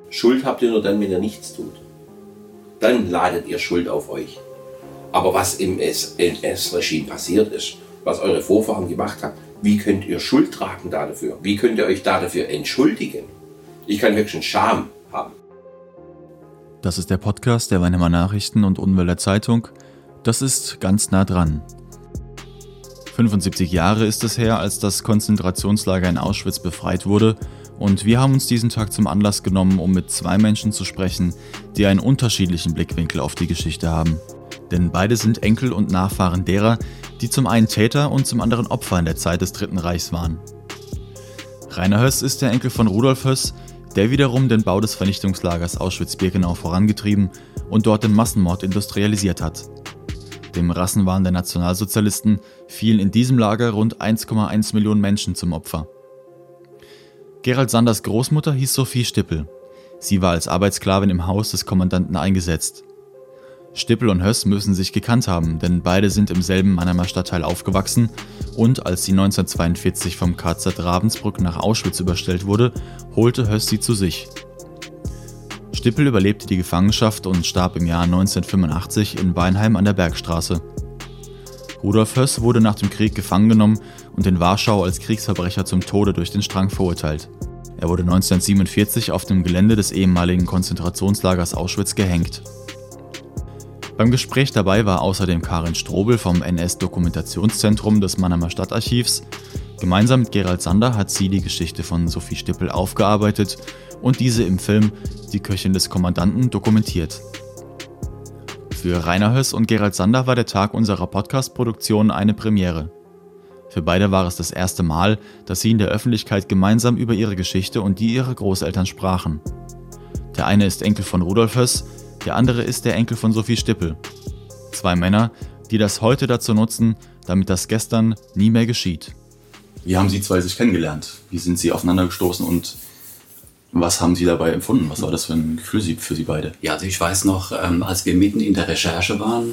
Schuld habt ihr nur dann, wenn ihr nichts tut. Dann ladet ihr Schuld auf euch. Aber was im NS-Regime passiert ist, was eure Vorfahren gemacht haben, wie könnt ihr Schuld tragen dafür? Wie könnt ihr euch dafür entschuldigen? Ich kann höchstens Scham haben. Das ist der Podcast der Weinheimer Nachrichten und Unwälder Zeitung. Das ist ganz nah dran. 75 Jahre ist es her, als das Konzentrationslager in Auschwitz befreit wurde. Und wir haben uns diesen Tag zum Anlass genommen, um mit zwei Menschen zu sprechen, die einen unterschiedlichen Blickwinkel auf die Geschichte haben. Denn beide sind Enkel und Nachfahren derer, die zum einen Täter und zum anderen Opfer in der Zeit des Dritten Reichs waren. Rainer Höss ist der Enkel von Rudolf Höss, der wiederum den Bau des Vernichtungslagers Auschwitz-Birkenau vorangetrieben und dort den Massenmord industrialisiert hat. Dem Rassenwahn der Nationalsozialisten fielen in diesem Lager rund 1,1 Millionen Menschen zum Opfer. Gerald Sanders Großmutter hieß Sophie Stippel. Sie war als Arbeitssklavin im Haus des Kommandanten eingesetzt. Stippel und Höss müssen sich gekannt haben, denn beide sind im selben Mannheimer Stadtteil aufgewachsen und als sie 1942 vom KZ Ravensbrück nach Auschwitz überstellt wurde, holte Höss sie zu sich. Stippel überlebte die Gefangenschaft und starb im Jahr 1985 in Weinheim an der Bergstraße. Rudolf Höss wurde nach dem Krieg gefangen genommen und in Warschau als Kriegsverbrecher zum Tode durch den Strang verurteilt. Er wurde 1947 auf dem Gelände des ehemaligen Konzentrationslagers Auschwitz gehängt. Beim Gespräch dabei war außerdem Karin Strobel vom NS-Dokumentationszentrum des Mannheimer Stadtarchivs. Gemeinsam mit Gerald Sander hat sie die Geschichte von Sophie Stippel aufgearbeitet und diese im Film Die Köchin des Kommandanten dokumentiert. Für Rainer Höss und Gerald Sander war der Tag unserer Podcast-Produktion eine Premiere. Für beide war es das erste Mal, dass sie in der Öffentlichkeit gemeinsam über ihre Geschichte und die ihrer Großeltern sprachen. Der eine ist Enkel von Rudolf Höss, der andere ist der Enkel von Sophie Stippel. Zwei Männer, die das heute dazu nutzen, damit das gestern nie mehr geschieht. Wie haben Sie zwei sich kennengelernt? Wie sind Sie aufeinander gestoßen und was haben Sie dabei empfunden? Was war das für ein Gefühl für Sie beide? Ja, also ich weiß noch, als wir mitten in der Recherche waren,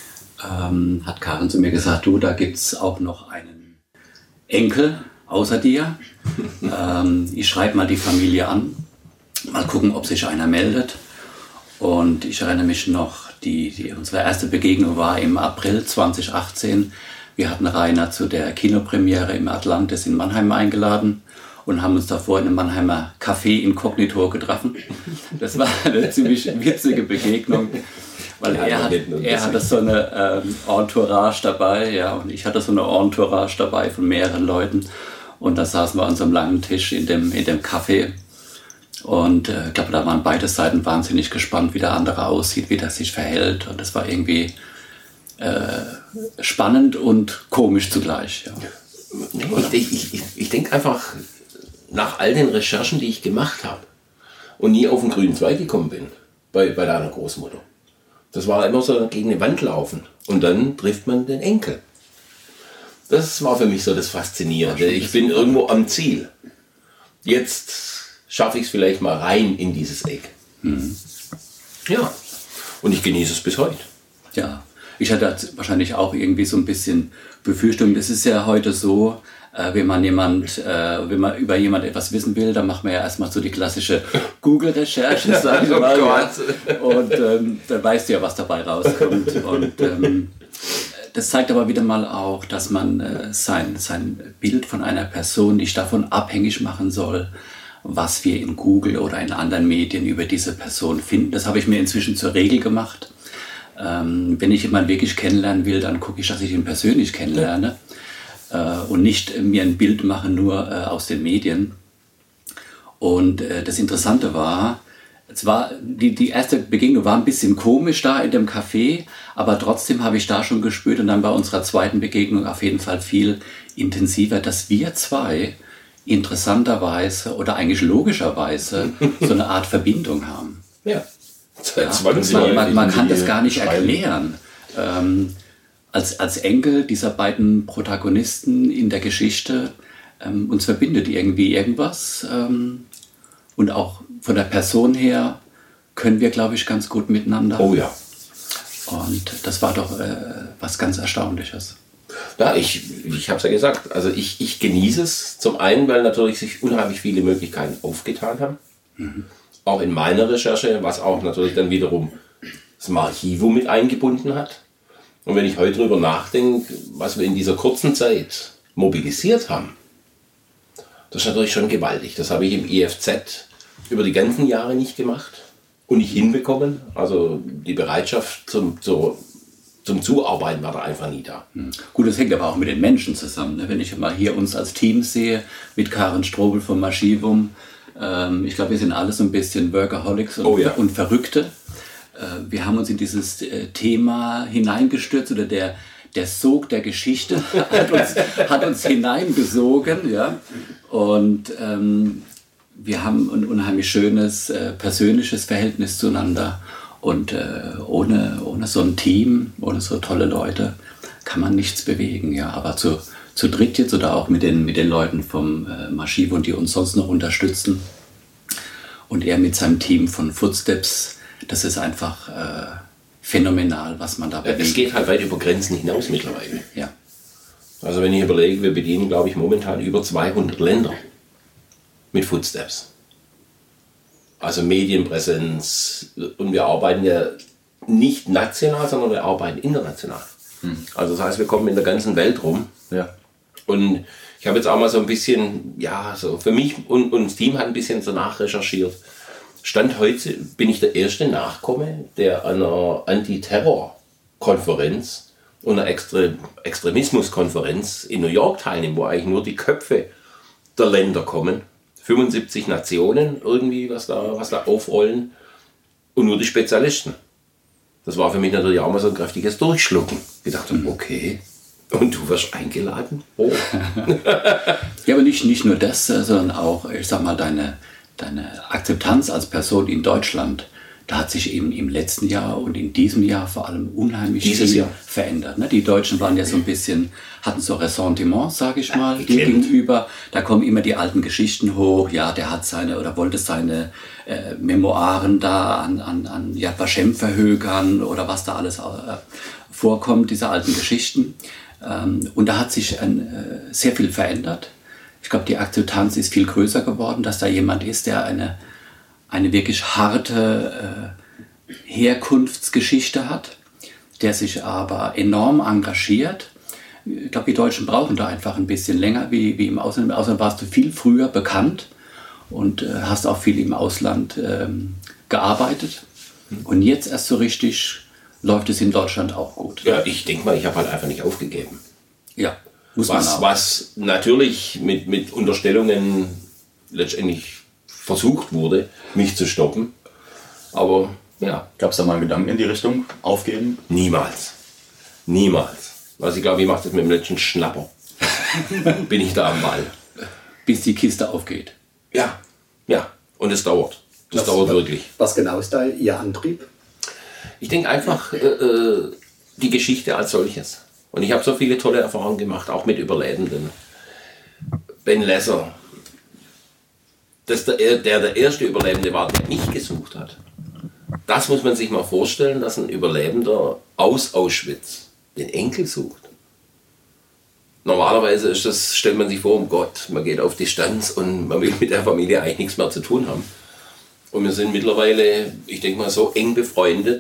hat Karin zu mir gesagt, du, da gibt es auch noch einen Enkel außer dir. Ich schreibe mal die Familie an, mal gucken, ob sich einer meldet. Und ich erinnere mich noch, unsere erste Begegnung war im April 2018. Wir hatten Rainer zu der Kinopremiere im Atlantis in Mannheim eingeladen und haben uns davor in einem Mannheimer Café Inkognito getroffen. Das war eine ziemlich witzige Begegnung, weil er hatte so eine Entourage dabei, ja, und ich hatte so eine Entourage dabei von mehreren Leuten. Und da saßen wir an so einem langen Tisch in dem Café. Und ich glaube, da waren beide Seiten wahnsinnig gespannt, wie der andere aussieht, wie der sich verhält. Und das war irgendwie spannend und komisch zugleich. Ja. Ich denke einfach, nach all den Recherchen, die ich gemacht habe und nie auf den grünen Zweig gekommen bin, bei deiner Großmutter. Das war immer so gegen eine Wand laufen. Und dann trifft man den Enkel. Das war für mich so das Faszinierende. Ich bin irgendwo am Ziel. Jetzt schaffe ich es vielleicht mal rein in dieses Eck. Mhm. Ja, und ich genieße es bis heute. Ja, ich hatte wahrscheinlich auch irgendwie so ein bisschen Befürchtung. Es ist ja heute so, wenn man über jemand etwas wissen will, dann macht man ja erstmal so die klassische Google-Recherche, sag ich mal. Oh und dann weißt du ja, was dabei rauskommt. Und das zeigt aber wieder mal auch, dass man sein Bild von einer Person nicht davon abhängig machen soll, was wir in Google oder in anderen Medien über diese Person finden. Das habe ich mir inzwischen zur Regel gemacht. Wenn ich jemanden wirklich kennenlernen will, dann gucke ich, dass ich ihn persönlich kennenlerne und nicht mir ein Bild mache nur aus den Medien. Und das Interessante war, die erste Begegnung war ein bisschen komisch da in dem Café, aber trotzdem habe ich da schon gespürt und dann bei unserer zweiten Begegnung auf jeden Fall viel intensiver, dass wir zwei interessanterweise oder eigentlich logischerweise so eine Art Verbindung haben. Ja. Man kann das gar nicht erklären. Als Enkel dieser beiden Protagonisten in der Geschichte uns verbindet irgendwie irgendwas. Und auch von der Person her können wir, glaube ich, ganz gut miteinander. Oh ja. Und das war doch was ganz Erstaunliches. Ja, ich habe es ja gesagt, also ich genieße es zum einen, weil natürlich sich unheimlich viele Möglichkeiten aufgetan haben. Mhm. auch in meiner Recherche, was auch natürlich dann wiederum das Archivum mit eingebunden hat. Und wenn ich heute darüber nachdenke, was wir in dieser kurzen Zeit mobilisiert haben, das ist natürlich schon gewaltig. Das habe ich im IFZ über die ganzen Jahre nicht gemacht und nicht hinbekommen. Also die Bereitschaft zum Zuarbeiten war da einfach nie da. Gut, das hängt aber auch mit den Menschen zusammen. Ne? Wenn ich mal hier uns als Team sehe, mit Karin Strobel vom Archivum, ich glaube, wir sind alle so ein bisschen Workaholics und Verrückte. Wir haben uns in dieses Thema hineingestürzt, oder der Sog der Geschichte hat uns hineingesogen. Ja? Und wir haben ein unheimlich schönes persönliches Verhältnis zueinander. Und ohne so ein Team, ohne so tolle Leute, kann man nichts bewegen. Ja? Aber zu dritt jetzt oder auch mit den Leuten vom Archivum, die uns sonst noch unterstützen, und er mit seinem Team von Footsteps, das ist einfach phänomenal, was man da bewegt. Es geht halt weit über Grenzen hinaus mittlerweile. Ja. Also wenn ich überlege, wir bedienen, glaube ich, momentan über 200 Länder mit Footsteps. Also Medienpräsenz, und wir arbeiten ja nicht national, sondern wir arbeiten international. Also das heißt, wir kommen in der ganzen Welt rum. Ja. Und ich habe jetzt auch mal so ein bisschen, ja, so für mich und das Team hat ein bisschen so nachrecherchiert. Stand heute bin ich der erste Nachkomme, der an einer Antiterror-Konferenz und einer Extremismuskonferenz in New York teilnimmt, wo eigentlich nur die Köpfe der Länder kommen. 75 Nationen irgendwie, was da aufrollen, und nur die Spezialisten. Das war für mich natürlich auch mal so ein kräftiges Durchschlucken. Ich dachte, okay, und du wirst eingeladen? Oh. Ja, aber nicht nur das, sondern auch, ich sag mal, deine Akzeptanz als Person in Deutschland, da hat sich eben im letzten Jahr und in diesem Jahr vor allem unheimlich viel verändert. Ne? Die Deutschen waren ja so ein bisschen, hatten so Ressentiment, sage ich mal, gegenüber. Da kommen immer die alten Geschichten hoch. Ja, der hat wollte seine Memoiren da an Yad Vashem verhökern oder was da alles vorkommt, diese alten Geschichten. Und da hat sich sehr viel verändert. Ich glaube, die Akzeptanz ist viel größer geworden, dass da jemand ist, der eine wirklich harte Herkunftsgeschichte hat, der sich aber enorm engagiert. Ich glaube, die Deutschen brauchen da einfach ein bisschen länger wie im Ausland. Im Ausland warst du viel früher bekannt und hast auch viel im Ausland gearbeitet. Und jetzt erst so richtig läuft es in Deutschland auch gut. Ja, ich denke mal, ich habe halt einfach nicht aufgegeben. Ja, muss man auch. Was natürlich mit Unterstellungen letztendlich versucht wurde, mich zu stoppen. Aber ja. Gab es da mal einen Gedanken in die Richtung? Aufgeben? Niemals. Also ich glaube, ich mache das mit dem letzten Schnapper. Bin ich da am Ball. Bis die Kiste aufgeht. Ja. Und es dauert. Das dauert wirklich. Was genau ist da Ihr Antrieb? Ich denke einfach die Geschichte als solches. Und ich habe so viele tolle Erfahrungen gemacht, auch mit Überlebenden. Ben Lesser, dass der erste Überlebende war, der nicht gesucht hat. Das muss man sich mal vorstellen, dass ein Überlebender aus Auschwitz den Enkel sucht. Normalerweise stellt man sich vor, oh Gott, man geht auf Distanz und man will mit der Familie eigentlich nichts mehr zu tun haben. Und wir sind mittlerweile, ich denke mal, so eng befreundet,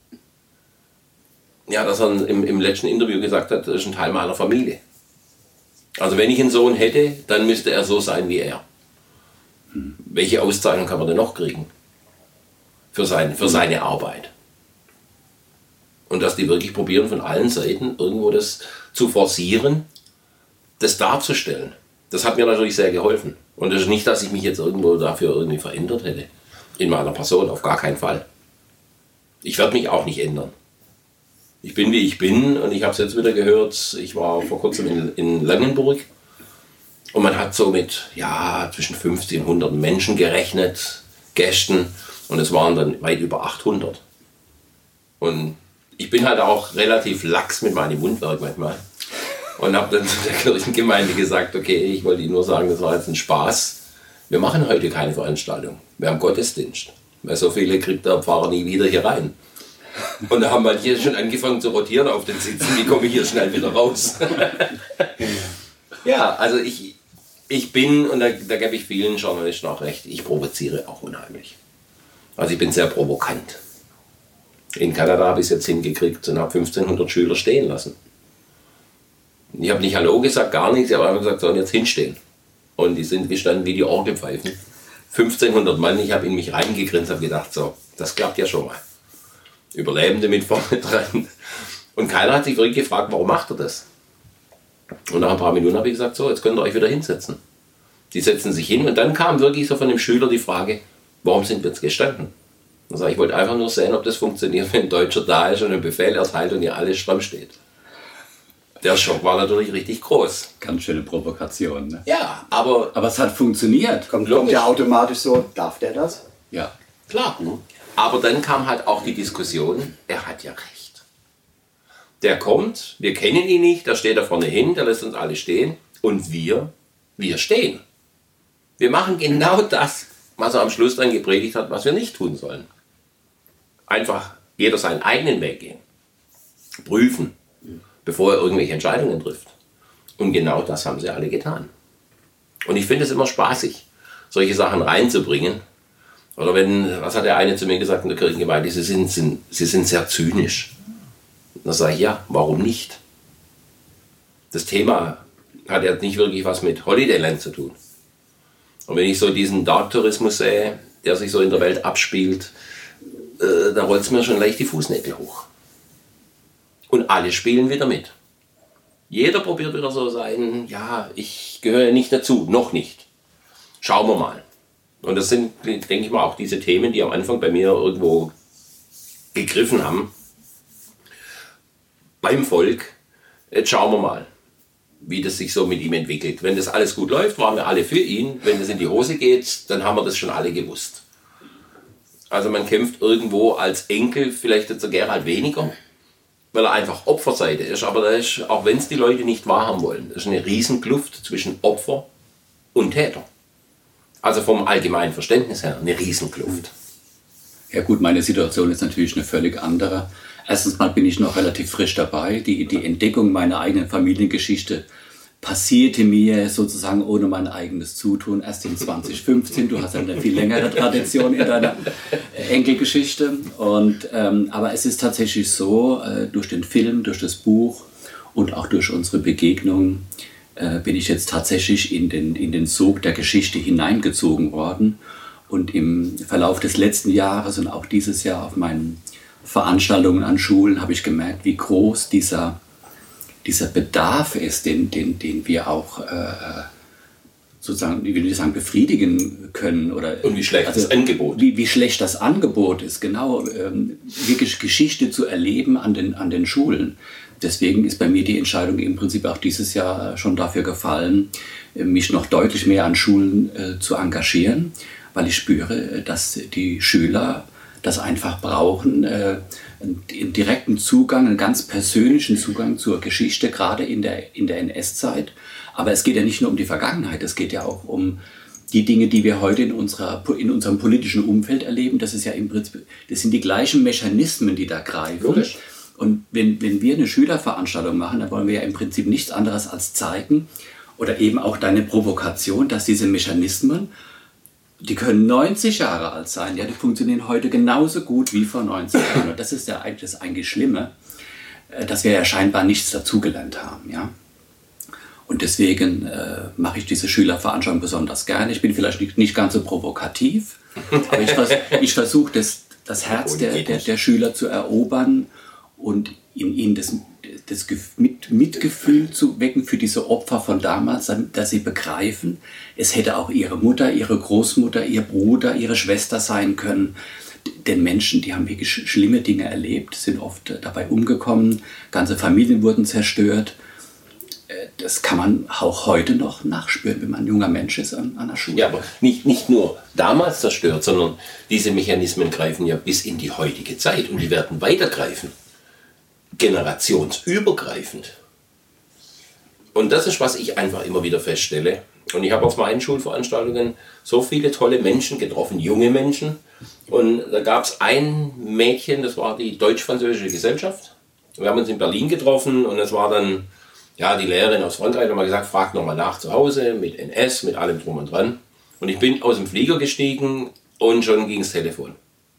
ja, dass er im letzten Interview gesagt hat, das ist ein Teil meiner Familie. Also wenn ich einen Sohn hätte, dann müsste er so sein wie er. Welche Auszeichnung kann man denn noch kriegen? Für seine Arbeit. Und dass die wirklich probieren, von allen Seiten irgendwo das zu forcieren, das darzustellen. Das hat mir natürlich sehr geholfen. Und das ist nicht, dass ich mich jetzt irgendwo dafür irgendwie verändert hätte. In meiner Person, auf gar keinen Fall. Ich werde mich auch nicht ändern. Ich bin, wie ich bin, und ich habe es jetzt wieder gehört, ich war vor kurzem in Langenburg und man hat so mit zwischen 50 und 100 Menschen gerechnet, Gästen, und es waren dann weit über 800. Und ich bin halt auch relativ lax mit meinem Mundwerk manchmal und habe dann zu der Kirchengemeinde gesagt, okay, ich wollte Ihnen nur sagen, das war jetzt ein Spaß. Wir machen heute keine Veranstaltung, wir haben Gottesdienst, weil so viele kriegt der Pfarrer nie wieder hier rein. Und da haben manche schon angefangen zu rotieren auf den Sitzen, wie komme ich hier schnell wieder raus? Ja, also ich bin, und da gebe ich vielen Journalisten auch recht, ich provoziere auch unheimlich. Also ich bin sehr provokant. In Kanada habe ich es jetzt hingekriegt und habe 1500 Schüler stehen lassen. Ich habe nicht Hallo gesagt, gar nichts, ich habe einfach gesagt, sollen jetzt hinstehen. Und die sind gestanden wie die Orgelpfeifen. 1500 Mann, ich habe in mich reingegrinst, habe gedacht, so, das klappt ja schon mal. Überlebende mit vorne dran. Und keiner hat sich wirklich gefragt, warum macht er das? Und nach ein paar Minuten habe ich gesagt, so, jetzt könnt ihr euch wieder hinsetzen. Die setzen sich hin und dann kam wirklich so von dem Schüler die Frage, warum sind wir jetzt gestanden? Dann sage ich, wollte einfach nur sehen, ob das funktioniert, wenn ein Deutscher da ist und einen Befehl erteilt und ihr alles stramm steht. Der Schock war natürlich richtig groß. Ganz schöne Provokation. Ne? Ja, aber es hat funktioniert. Kommt ja automatisch so, darf der das? Ja. klar. Aber dann kam halt auch die Diskussion, er hat ja recht. Der kommt, wir kennen ihn nicht, der steht da vorne hin, der lässt uns alle stehen und wir stehen. Wir machen genau das, was er am Schluss dann gepredigt hat, was wir nicht tun sollen. Einfach jeder seinen eigenen Weg gehen. Prüfen, bevor er irgendwelche Entscheidungen trifft. Und genau das haben sie alle getan. Und ich finde es immer spaßig, solche Sachen reinzubringen. Oder was hat der eine zu mir gesagt in der Kirchengemeinde, sie sind sehr zynisch. Da sage ich, ja, warum nicht? Das Thema hat ja nicht wirklich was mit Holidayland zu tun. Und wenn ich so diesen Dark-Tourismus sehe, der sich so in der Welt abspielt, da rollt es mir schon leicht die Fußnägel hoch. Und alle spielen wieder mit. Jeder probiert wieder so sein, ja, ich gehöre nicht dazu, noch nicht. Schauen wir mal. Und das sind, denke ich mal, auch diese Themen, die am Anfang bei mir irgendwo gegriffen haben. Beim Volk, jetzt schauen wir mal, wie das sich so mit ihm entwickelt. Wenn das alles gut läuft, waren wir alle für ihn. Wenn das in die Hose geht, dann haben wir das schon alle gewusst. Also man kämpft irgendwo als Enkel, vielleicht jetzt der Gerhard weniger, weil er einfach Opferseite ist. Aber da ist, auch wenn es die Leute nicht wahrhaben wollen, das ist eine Riesenkluft zwischen Opfer und Täter. Also vom allgemeinen Verständnis her eine Riesenkluft. Ja gut, meine Situation ist natürlich eine völlig andere. Erstens mal bin ich noch relativ frisch dabei. Die Entdeckung meiner eigenen Familiengeschichte passierte mir sozusagen ohne mein eigenes Zutun erst in 2015. Du hast ja eine viel längere Tradition in deiner Enkelgeschichte. Aber es ist tatsächlich so, durch den Film, durch das Buch und auch durch unsere Begegnung bin ich jetzt tatsächlich in den Sog der Geschichte hineingezogen worden. Und im Verlauf des letzten Jahres und auch dieses Jahr auf meinen Veranstaltungen an Schulen habe ich gemerkt, wie groß dieser Bedarf ist, den wir auch sozusagen, wie will ich sagen, befriedigen können. Und wie schlecht das Angebot. Wie schlecht das Angebot ist, genau. Wirklich Geschichte zu erleben an den Schulen. Deswegen ist bei mir die Entscheidung im Prinzip auch dieses Jahr schon dafür gefallen, mich noch deutlich mehr an Schulen zu engagieren, weil ich spüre, dass die Schüler das einfach brauchen, einen direkten Zugang, einen ganz persönlichen Zugang zur Geschichte, gerade in der NS-Zeit. Aber es geht ja nicht nur um die Vergangenheit, es geht ja auch um die Dinge, die wir heute in unserem politischen Umfeld erleben. Das ist ja im Prinzip, das sind die gleichen Mechanismen, die da greifen. Logisch. Und wenn wir eine Schülerveranstaltung machen, dann wollen wir ja im Prinzip nichts anderes als zeigen, oder eben auch deine Provokation, dass diese Mechanismen, die können 90 Jahre alt sein, ja, die funktionieren heute genauso gut wie vor 90 Jahren. Und das ist ja eigentlich Schlimme, dass wir ja scheinbar nichts dazugelernt haben. Ja? Und deswegen mache ich diese Schülerveranstaltung besonders gerne. Ich bin vielleicht nicht ganz so provokativ, aber ich versuche das Herz der Schüler zu erobern und in ihnen das Mitgefühl zu wecken für diese Opfer von damals, dass sie begreifen, es hätte auch ihre Mutter, ihre Großmutter, ihr Bruder, ihre Schwester sein können. Denn Menschen, die haben wirklich schlimme Dinge erlebt, sind oft dabei umgekommen, ganze Familien wurden zerstört. Das kann man auch heute noch nachspüren, wenn man ein junger Mensch ist an der Schule. Ja, aber nicht nur damals zerstört, sondern diese Mechanismen greifen ja bis in die heutige Zeit und die werden weitergreifen. Generationsübergreifend. Und das ist, was ich einfach immer wieder feststelle. Und ich habe auf meinen Schulveranstaltungen so viele tolle Menschen getroffen, junge Menschen. Und da gab es ein Mädchen, das war die Deutsch-Französische Gesellschaft. Wir haben uns in Berlin getroffen und es war dann, ja, die Lehrerin aus Frankreich hat mal gesagt, fragt nochmal nach zu Hause mit NS, mit allem drum und dran. Und ich bin aus dem Flieger gestiegen und schon ging das Telefon.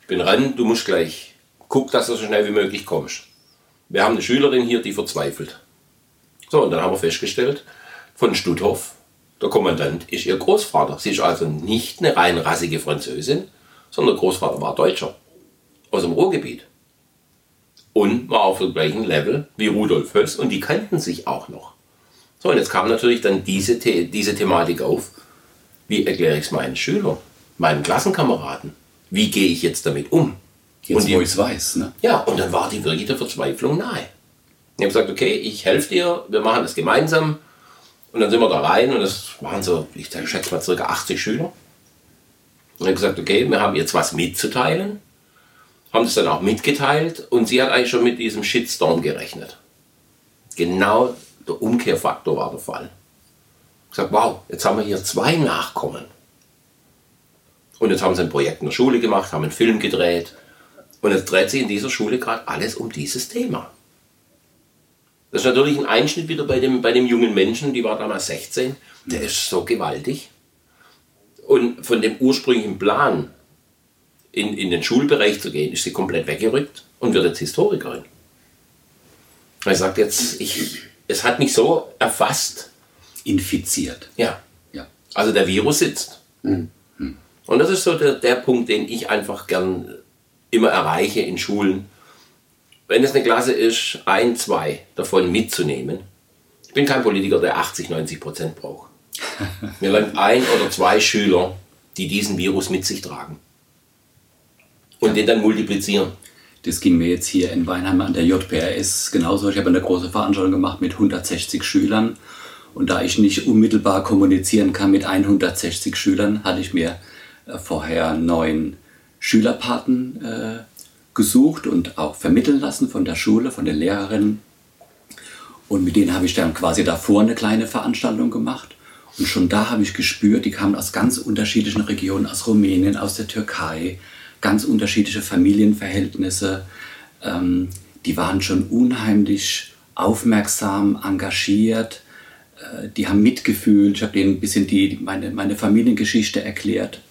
bin ran, du musst gleich, guck, dass du so schnell wie möglich kommst. Wir haben eine Schülerin hier, die verzweifelt. So, und dann haben wir festgestellt, von Stutthof, der Kommandant ist ihr Großvater. Sie ist also nicht eine reinrassige Französin, sondern der Großvater war Deutscher. Aus dem Ruhrgebiet. Und war auf dem gleichen Level wie Rudolf Höss und die kannten sich auch noch. So, und jetzt kam natürlich dann diese Thematik auf. Wie erkläre ich es meinen Schülern, meinen Klassenkameraden? Wie gehe ich jetzt damit um? Jetzt, und wo ich es weiß. Ne? Ja, und dann war die wirklich der Verzweiflung nahe. Ich habe gesagt, okay, ich helfe dir, wir machen das gemeinsam. Und dann sind wir da rein und das waren so, ich schätze mal, ca. 80 Schüler. Und ich habe gesagt, okay, wir haben jetzt was mitzuteilen. Haben das dann auch mitgeteilt und sie hat eigentlich schon mit diesem Shitstorm gerechnet. Genau der Umkehrfaktor war der Fall. Ich habe gesagt, wow, jetzt haben wir hier 2 Nachkommen. Und jetzt haben sie ein Projekt in der Schule gemacht, haben einen Film gedreht. Und jetzt dreht sich in dieser Schule gerade alles um dieses Thema. Das ist natürlich ein Einschnitt wieder bei dem jungen Menschen, die war damals 16. Der ist so gewaltig. Und von dem ursprünglichen Plan, in den Schulbereich zu gehen, ist sie komplett weggerückt und wird jetzt Historikerin. Er sagt jetzt, es hat mich so erfasst. Infiziert. Ja. Ja. Also der Virus sitzt. Und das ist so der Punkt, den ich einfach gern immer erreiche in Schulen. Wenn es eine Klasse ist, 1, 2 davon mitzunehmen. Ich bin kein Politiker, der 80-90% braucht. Mir langt 1 oder 2 Schüler, die diesen Virus mit sich tragen. Und den dann multiplizieren. Das ging mir jetzt hier in Weinheim an der JPRS genauso. Ich habe eine große Veranstaltung gemacht mit 160 Schülern. Und da ich nicht unmittelbar kommunizieren kann mit 160 Schülern, hatte ich mir vorher 9 Schülerpaten gesucht und auch vermitteln lassen von der Schule, von den Lehrerinnen. Und mit denen habe ich dann quasi davor eine kleine Veranstaltung gemacht. Und schon da habe ich gespürt, die kamen aus ganz unterschiedlichen Regionen, aus Rumänien, aus der Türkei, ganz unterschiedliche Familienverhältnisse. Die waren schon unheimlich aufmerksam, engagiert. Die haben mitgefühlt. Ich habe denen ein bisschen meine Familiengeschichte erklärt.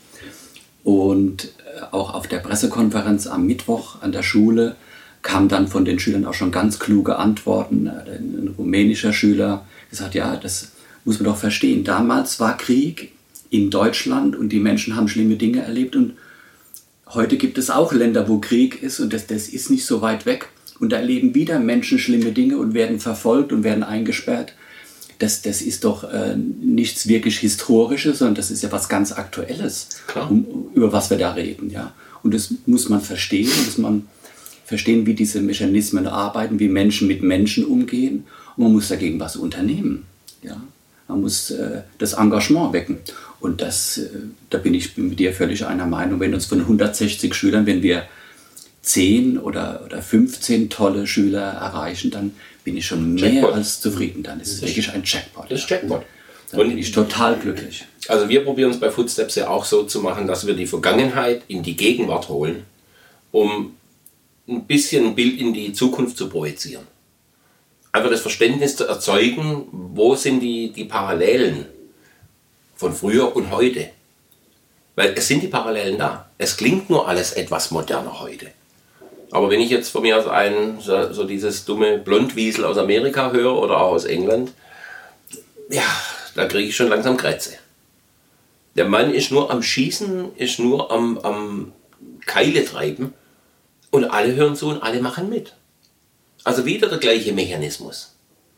Und auch auf der Pressekonferenz am Mittwoch an der Schule kamen dann von den Schülern auch schon ganz kluge Antworten. Ein rumänischer Schüler gesagt, ja, das muss man doch verstehen. Damals war Krieg in Deutschland und die Menschen haben schlimme Dinge erlebt und heute gibt es auch Länder, wo Krieg ist und das ist nicht so weit weg. Und da erleben wieder Menschen schlimme Dinge und werden verfolgt und werden eingesperrt. Das ist doch nichts wirklich Historisches, sondern das ist ja was ganz Aktuelles, über was wir da reden. Ja? Und das muss man verstehen, muss man verstehen, wie diese Mechanismen arbeiten, wie Menschen mit Menschen umgehen. Und man muss dagegen was unternehmen. Ja? Man muss das Engagement wecken. Und da bin ich mit dir völlig einer Meinung. Wenn uns von 160 Schülern, wenn wir 10 oder 15 tolle Schüler erreichen, dann bin ich schon mehr als zufrieden. Dann ist es wirklich ein Jackpot. Das ist Jackpot. Dann bin ich total glücklich. Also wir probieren es bei Footsteps ja auch so zu machen, dass wir die Vergangenheit in die Gegenwart holen, um ein bisschen ein Bild in die Zukunft zu projizieren. Einfach das Verständnis zu erzeugen, wo sind die Parallelen von früher und heute. Weil es sind die Parallelen da. Es klingt nur alles etwas moderner heute. Aber wenn ich jetzt von mir aus so dieses dumme Blondwiesel aus Amerika höre oder auch aus England, ja, da kriege ich schon langsam Krätze. Der Mann ist nur am Schießen, ist nur am Keile treiben und alle hören zu und alle machen mit. Also wieder der gleiche Mechanismus.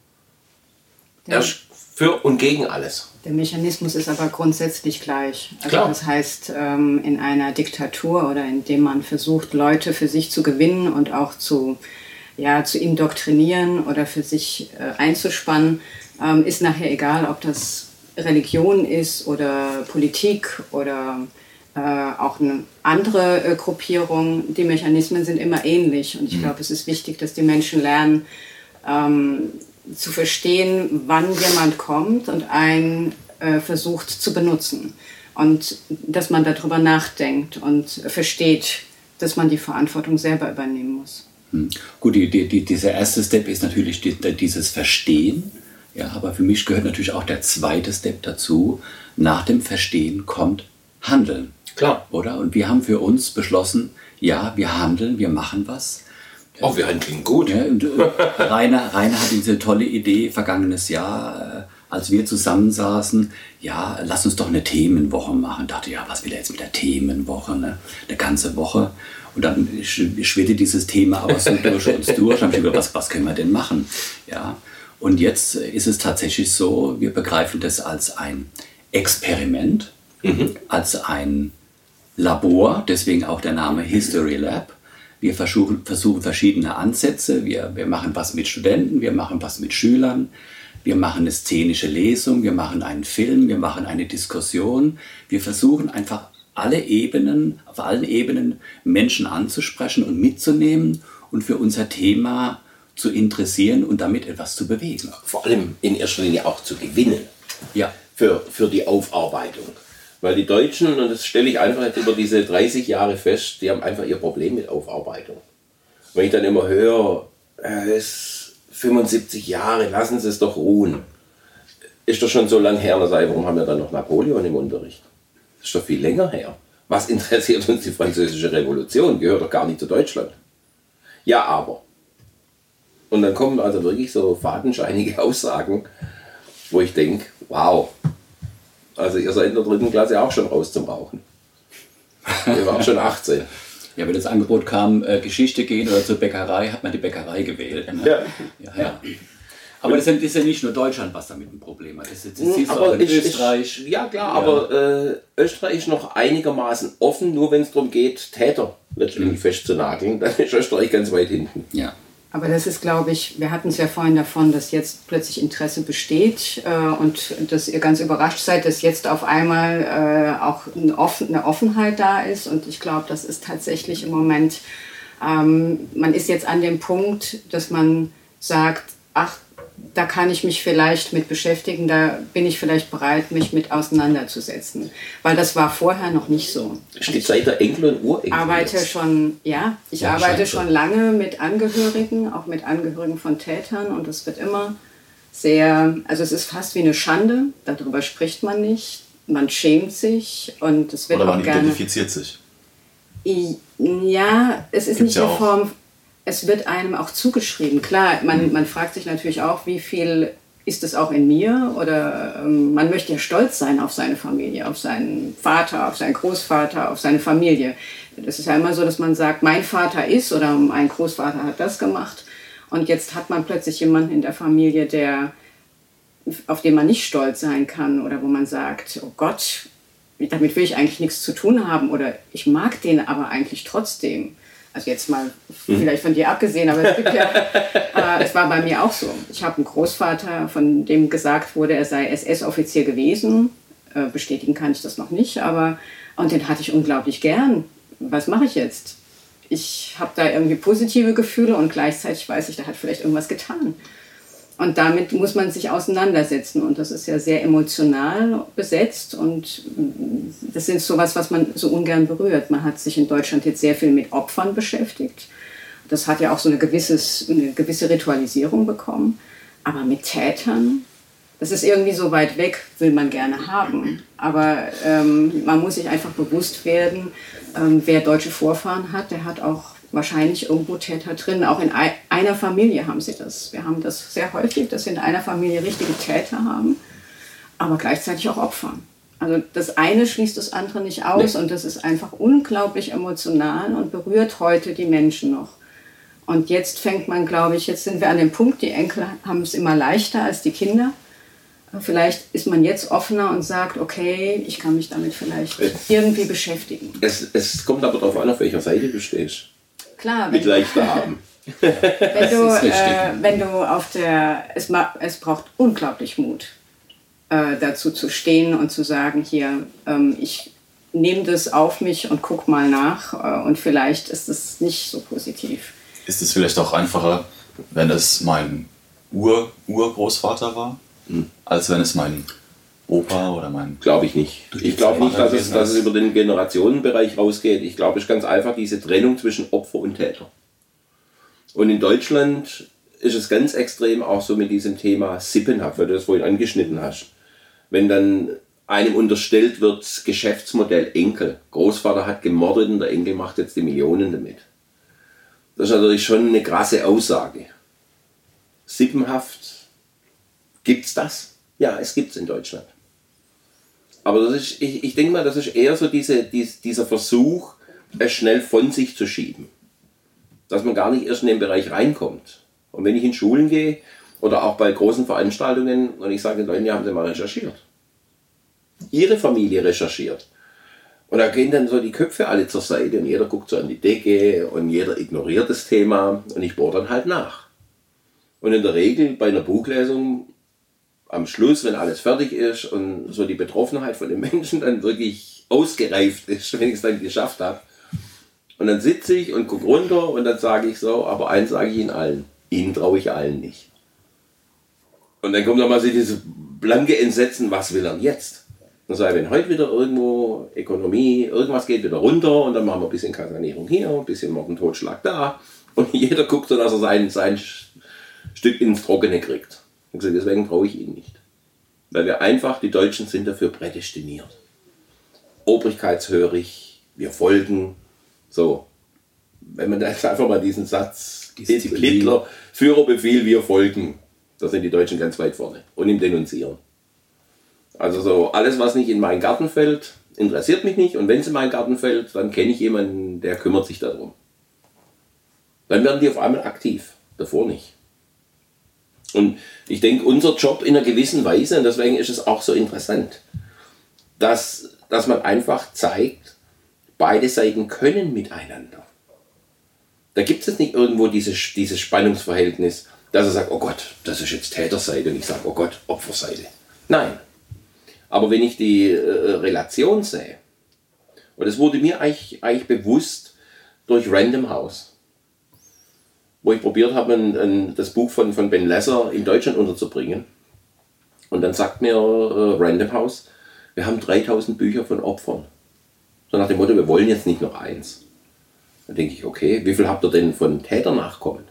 Erst für und gegen alles. Der Mechanismus ist aber grundsätzlich gleich. Also Klar. Das heißt, in einer Diktatur oder indem man versucht, Leute für sich zu gewinnen und auch zu indoktrinieren oder für sich einzuspannen, ist nachher egal, ob das Religion ist oder Politik oder auch eine andere Gruppierung. Die Mechanismen sind immer ähnlich und ich glaube, es ist wichtig, dass die Menschen lernen, zu verstehen, wann jemand kommt und einen versucht zu benutzen. Und dass man darüber nachdenkt und versteht, dass man die Verantwortung selber übernehmen muss. Gut, dieser erste Step ist natürlich dieses Verstehen. Ja, aber für mich gehört natürlich auch der zweite Step dazu. Nach dem Verstehen kommt Handeln. Klar. Oder? Und wir haben für uns beschlossen, ja, wir handeln, wir machen was. Auch wir handeln gut. Ja, und Rainer hat diese tolle Idee vergangenes Jahr, als wir zusammensaßen, ja, lass uns doch eine Themenwoche machen. Ich dachte, ja, was will er jetzt mit der Themenwoche, ne? Eine ganze Woche. Und dann schwirrte dieses Thema aber so durch uns durch. Dann habe ich gedacht, was können wir denn machen? Ja. Und jetzt ist es tatsächlich so, wir begreifen das als ein Experiment, als ein Labor, deswegen auch der Name History Lab. Wir versuchen verschiedene Ansätze. Wir machen was mit Studenten, wir machen was mit Schülern, wir machen eine szenische Lesung, wir machen einen Film, wir machen eine Diskussion. Wir versuchen einfach auf allen Ebenen Menschen anzusprechen und mitzunehmen und für unser Thema zu interessieren und damit etwas zu bewegen. Vor allem in erster Linie auch zu gewinnen. Ja. Für die Aufarbeitung. Weil die Deutschen, und das stelle ich einfach jetzt über diese 30 Jahre fest, die haben einfach ihr Problem mit Aufarbeitung. Wenn ich dann immer höre, es ist 75 Jahre, lassen Sie es doch ruhen. Ist doch schon so lange her, warum haben wir dann noch Napoleon im Unterricht? Das ist doch viel länger her. Was interessiert uns die Französische Revolution? Gehört doch gar nicht zu Deutschland. Ja, aber. Und dann kommen also wirklich so fadenscheinige Aussagen, wo ich denke, wow, also ihr seid in der 3. Klasse auch schon raus zum Rauchen. Ihr wart schon 18. Ja, wenn das Angebot kam, Geschichte gehen oder zur Bäckerei, hat man die Bäckerei gewählt. Ne? Ja. Aber das ist ja nicht nur Deutschland, was damit ein Problem hat. Das siehst du auch in Österreich. Ja klar, aber Österreich ist noch einigermaßen offen, nur wenn es darum geht, Täter letztendlich festzunageln, dann ist Österreich ganz weit hinten. Ja. Aber das ist, glaube ich, wir hatten es ja vorhin davon, dass jetzt plötzlich Interesse besteht und dass ihr ganz überrascht seid, dass jetzt auf einmal auch eine Offenheit da ist. Und ich glaube, das ist tatsächlich im Moment, man ist jetzt an dem Punkt, dass man sagt, ach, da kann ich mich vielleicht mit beschäftigen, da bin ich vielleicht bereit, mich mit auseinanderzusetzen. Weil das war vorher noch nicht so. Steht seit der Enkel- und Urenkel. Ich arbeite schon lange mit Angehörigen, auch mit Angehörigen von Tätern, und es wird immer sehr, also es ist fast wie eine Schande, darüber spricht man nicht, man schämt sich und es wird oder auch man gerne... identifiziert sich. Ja, es ist Gibt's nicht ja eine auch. Form, es wird einem auch zugeschrieben. Klar, man fragt sich natürlich auch, wie viel ist es auch in mir, oder man möchte ja stolz sein auf seine Familie, auf seinen Vater, auf seinen Großvater, auf seine Familie. Das ist ja immer so, dass man sagt, mein Vater ist oder mein Großvater hat das gemacht, und jetzt hat man plötzlich jemanden in der Familie, auf den man nicht stolz sein kann, oder wo man sagt, oh Gott, damit will ich eigentlich nichts zu tun haben, oder ich mag den aber eigentlich trotzdem. Also jetzt mal vielleicht von dir abgesehen, aber es gibt ja, es war bei mir auch so. Ich habe einen Großvater, von dem gesagt wurde, er sei SS-Offizier gewesen. Bestätigen kann ich das noch nicht, und den hatte ich unglaublich gern. Was mache ich jetzt? Ich habe da irgendwie positive Gefühle und gleichzeitig weiß ich, da hat vielleicht irgendwas getan. Und damit muss man sich auseinandersetzen, und das ist ja sehr emotional besetzt, und das ist sowas, was man so ungern berührt. Man hat sich in Deutschland jetzt sehr viel mit Opfern beschäftigt. Das hat ja auch so eine gewisse Ritualisierung bekommen. Aber mit Tätern, das ist irgendwie so weit weg, will man gerne haben. Aber man muss sich einfach bewusst werden, wer deutsche Vorfahren hat, der hat auch wahrscheinlich irgendwo Täter drin. Auch in einer Familie haben sie das. Wir haben das sehr häufig, dass wir in einer Familie richtige Täter haben, aber gleichzeitig auch Opfer. Also das eine schließt das andere nicht aus, und das ist einfach unglaublich emotional und berührt heute die Menschen noch. Und jetzt fängt man, glaube ich, jetzt sind wir an dem Punkt, die Enkel haben es immer leichter als die Kinder. Vielleicht ist man jetzt offener und sagt, okay, ich kann mich damit vielleicht irgendwie beschäftigen. Es kommt aber darauf an, auf welcher Seite du stehst. Klar, Mit leichter haben. wenn du auf es braucht unglaublich Mut, dazu zu stehen und zu sagen, hier, ich nehme das auf mich und guck mal nach, und vielleicht ist es nicht so positiv. Ist es vielleicht auch einfacher, wenn es mein Urgroßvater war, als wenn es mein Opa oder mein... Glaube ich nicht. Ich glaube nicht, dass es über den Generationenbereich rausgeht. Ich glaube, es ist ganz einfach diese Trennung zwischen Opfer und Täter. Und in Deutschland ist es ganz extrem auch so mit diesem Thema Sippenhaft, weil du das vorhin angeschnitten hast. Wenn dann einem unterstellt wird, Geschäftsmodell Enkel. Großvater hat gemordet und der Enkel macht jetzt die Millionen damit. Das ist natürlich schon eine krasse Aussage. Sippenhaft, gibt's das? Ja, es gibt's in Deutschland. Aber das ist, ich denke mal, das ist eher so dieser Versuch, es schnell von sich zu schieben. Dass man gar nicht erst in den Bereich reinkommt. Und wenn ich in Schulen gehe oder auch bei großen Veranstaltungen und ich sage den Leuten, ja, haben sie mal recherchiert. Ihre Familie recherchiert. Und da gehen dann so die Köpfe alle zur Seite und jeder guckt so an die Decke und jeder ignoriert das Thema und ich bohre dann halt nach. Und in der Regel bei einer Buchlesung am Schluss, wenn alles fertig ist und so die Betroffenheit von den Menschen dann wirklich ausgereift ist, wenn ich es dann geschafft habe. Und dann sitze ich und gucke runter und dann sage ich so, aber eins sage ich Ihnen allen, Ihnen traue ich allen nicht. Und dann kommt nochmal so dieses blanke Entsetzen, was will er jetzt? Dann sage ich, wenn heute wieder irgendwo Ökonomie, irgendwas geht wieder runter und dann machen wir ein bisschen Kassanierung hier, ein bisschen Mord und Totschlag da und jeder guckt so, dass er sein Stück ins Trockene kriegt. Und so, deswegen traue ich Ihnen nicht. Weil wir einfach, die Deutschen sind dafür prädestiniert. Obrigkeitshörig, wir folgen. So, wenn man da jetzt einfach mal diesen Satz, Hitler, Führerbefehl, wir folgen, da sind die Deutschen ganz weit vorne und im Denunzieren. Also so, alles was nicht in meinen Garten fällt, interessiert mich nicht und wenn es in meinen Garten fällt, dann kenne ich jemanden, der kümmert sich darum. Dann werden die auf einmal aktiv, davor nicht. Und ich denke, unser Job in einer gewissen Weise, und deswegen ist es auch so interessant, dass man einfach zeigt, beide Seiten können miteinander. Da gibt es nicht irgendwo dieses Spannungsverhältnis, dass er sagt, oh Gott, das ist jetzt Täterseite und ich sage, oh Gott, Opferseite. Nein. Aber wenn ich die Relation sehe, und das wurde mir eigentlich bewusst durch Random House, wo ich probiert habe, das Buch von Ben Lesser in Deutschland unterzubringen. Und dann sagt mir Random House, wir haben 3000 Bücher von Opfern. So nach dem Motto, wir wollen jetzt nicht noch eins. Dann denke ich, okay, wie viel habt ihr denn von Täternachkommen?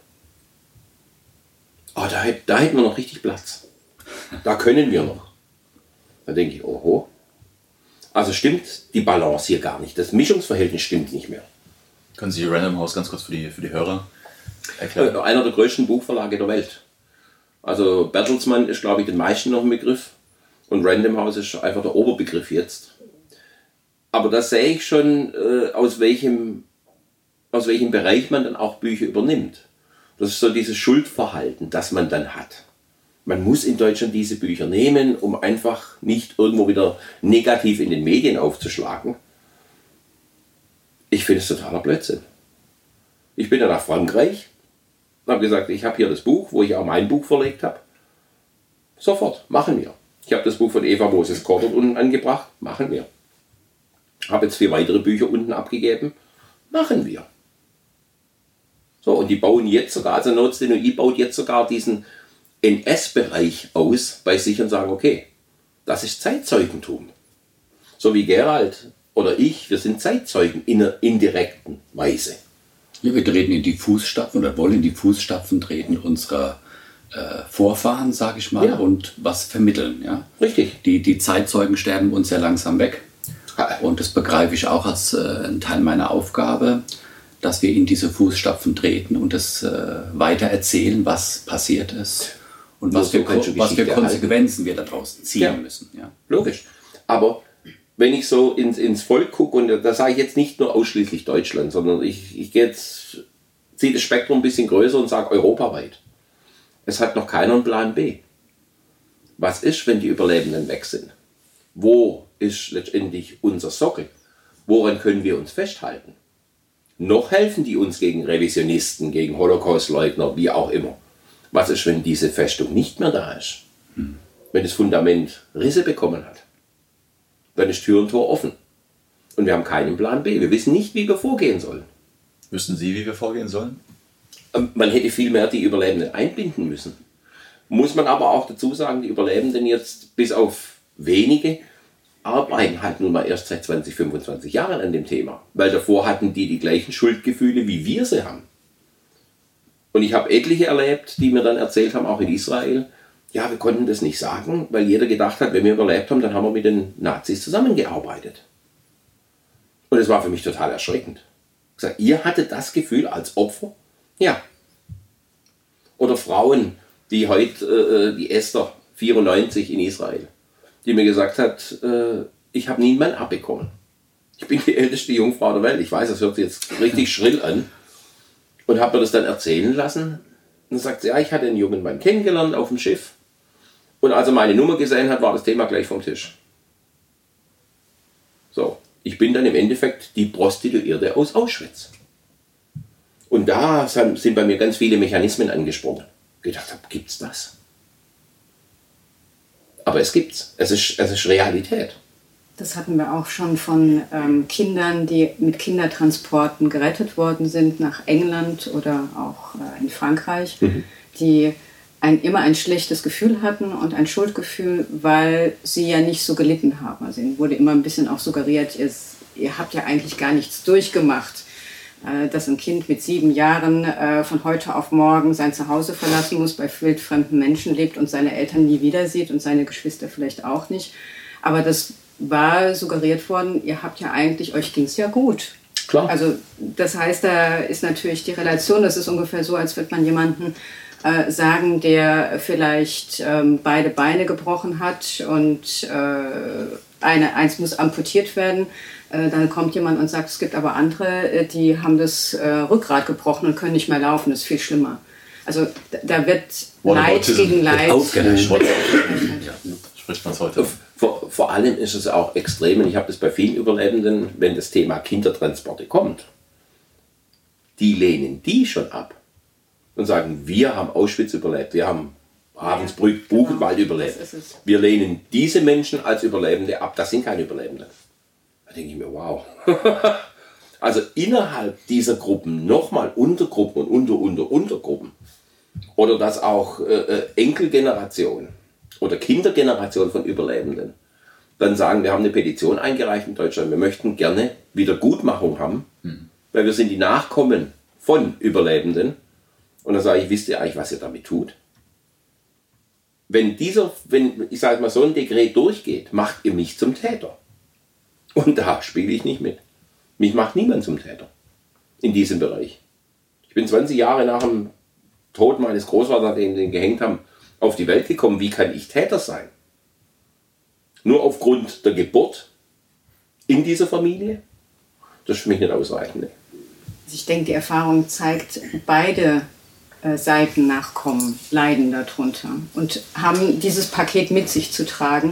Da hätten wir noch richtig Platz. Da können wir noch. Dann denke ich, oho. Also stimmt die Balance hier gar nicht. Das Mischungsverhältnis stimmt nicht mehr. Können Sie Random House ganz kurz für die Hörer erklären? Einer der größten Buchverlage der Welt. Also Bertelsmann ist, glaube ich, den meisten noch ein Begriff. Und Random House ist einfach der Oberbegriff jetzt. Aber da sehe ich schon, aus welchem Bereich man dann auch Bücher übernimmt. Das ist so dieses Schuldverhalten, das man dann hat. Man muss in Deutschland diese Bücher nehmen, um einfach nicht irgendwo wieder negativ in den Medien aufzuschlagen. Ich finde es totaler Blödsinn. Ich bin dann nach Frankreich und habe gesagt, ich habe hier das Buch, wo ich auch mein Buch verlegt habe. Sofort, machen wir. Ich habe das Buch von Eva Moses-Kort unten angebracht, machen wir. Habe jetzt 4 weitere Bücher unten abgegeben, machen wir. So, und die bauen jetzt sogar, also Notstenoi baut jetzt sogar diesen NS-Bereich aus bei sich und sagen, okay, das ist Zeitzeugentum. So wie Gerald oder ich, wir sind Zeitzeugen in einer indirekten Weise. Ja, wir treten in die Fußstapfen oder wollen in die Fußstapfen treten unserer Vorfahren, sage ich mal, ja. Und was vermitteln. Ja? Richtig. Die Zeitzeugen sterben uns sehr langsam weg. Und das begreife ich auch als einen Teil meiner Aufgabe, dass wir in diese Fußstapfen treten und das weiter erzählen, was passiert ist und was für Konsequenzen wir daraus ziehen müssen. Ja. Logisch. Aber wenn ich so ins Volk gucke, und da sage ich jetzt nicht nur ausschließlich Deutschland, sondern ich ziehe das Spektrum ein bisschen größer und sage europaweit. Es hat noch keiner einen Plan B. Was ist, wenn die Überlebenden weg sind? Wo ist letztendlich unser Sockel? Woran können wir uns festhalten? Noch helfen die uns gegen Revisionisten, gegen Holocaustleugner, wie auch immer. Was ist, wenn diese Festung nicht mehr da ist? Wenn das Fundament Risse bekommen hat? Dann ist Tür und Tor offen. Und wir haben keinen Plan B. Wir wissen nicht, wie wir vorgehen sollen. Wüssten Sie, wie wir vorgehen sollen? Man hätte viel mehr die Überlebenden einbinden müssen. Muss man aber auch dazu sagen, die Überlebenden jetzt bis auf wenige arbeiten halt nun mal erst seit 20, 25 Jahren an dem Thema. Weil davor hatten die gleichen Schuldgefühle, wie wir sie haben. Und ich habe etliche erlebt, die mir dann erzählt haben, auch in Israel, Ja, wir konnten das nicht sagen, weil jeder gedacht hat, wenn wir überlebt haben, dann haben wir mit den Nazis zusammengearbeitet. Und es war für mich total erschreckend. Ich sage, ihr hattet das Gefühl als Opfer? Ja. Oder Frauen, die heute, die Esther, 94 in Israel, die mir gesagt hat, ich habe nie einen Mann abbekommen. Ich bin die älteste Jungfrau der Welt. Ich weiß, das hört sich jetzt richtig schrill an. Und habe mir das dann erzählen lassen. Und dann sagt sie, ja, ich hatte einen jungen Mann kennengelernt auf dem Schiff. Und als er meine Nummer gesehen hat, war das Thema gleich vom Tisch. So, ich bin dann im Endeffekt die Prostituierte aus Auschwitz. Und da sind bei mir ganz viele Mechanismen angesprungen. Ich gedacht habe, gibt's das? Aber es gibt's. Es ist Realität. Das hatten wir auch schon von Kindern, die mit Kindertransporten gerettet worden sind nach England oder auch in Frankreich, die immer ein schlechtes Gefühl hatten und ein Schuldgefühl, weil sie ja nicht so gelitten haben. Also ihnen wurde immer ein bisschen auch suggeriert, ihr habt ja eigentlich gar nichts durchgemacht. Dass ein Kind mit 7 Jahren von heute auf morgen sein Zuhause verlassen muss, bei wildfremden Menschen lebt und seine Eltern nie wieder sieht und seine Geschwister vielleicht auch nicht. Aber das war suggeriert worden, ihr habt ja eigentlich, euch ging es ja gut. Klar. Also das heißt, da ist natürlich die Relation, das ist ungefähr so, als würde man jemanden sagen, der vielleicht beide Beine gebrochen hat und eins muss amputiert werden. Dann kommt jemand und sagt, es gibt aber andere, die haben das Rückgrat gebrochen und können nicht mehr laufen. Das ist viel schlimmer. Also da wird Leid gegen Leid Spricht man es heute? Vor allem ist es auch extrem, und ich habe das bei vielen Überlebenden, wenn das Thema Kindertransporte kommt, die lehnen die schon ab und sagen, wir haben Auschwitz überlebt, wir haben Ravensbrück, Buchenwald überlebt. Wir lehnen diese Menschen als Überlebende ab, das sind keine Überlebende. Da denke ich mir, wow. Also innerhalb dieser Gruppen nochmal Untergruppen und Untergruppen. Oder dass auch Enkelgeneration oder Kindergeneration von Überlebenden dann sagen, wir haben eine Petition eingereicht in Deutschland, wir möchten gerne Wiedergutmachung haben, weil wir sind die Nachkommen von Überlebenden. Und dann sage ich, wisst ihr eigentlich, was ihr damit tut? Wenn ich sage mal, so ein Dekret durchgeht, macht ihr mich zum Täter. Und da spiele ich nicht mit. Mich macht niemand zum Täter in diesem Bereich. Ich bin 20 Jahre nach dem Tod meines Großvaters, den sie gehängt haben, auf die Welt gekommen. Wie kann ich Täter sein? Nur aufgrund der Geburt in dieser Familie? Das ist für mich nicht ausreichend. Ne? Ich denke, die Erfahrung zeigt, beide Seitennachkommen leiden darunter und haben dieses Paket mit sich zu tragen.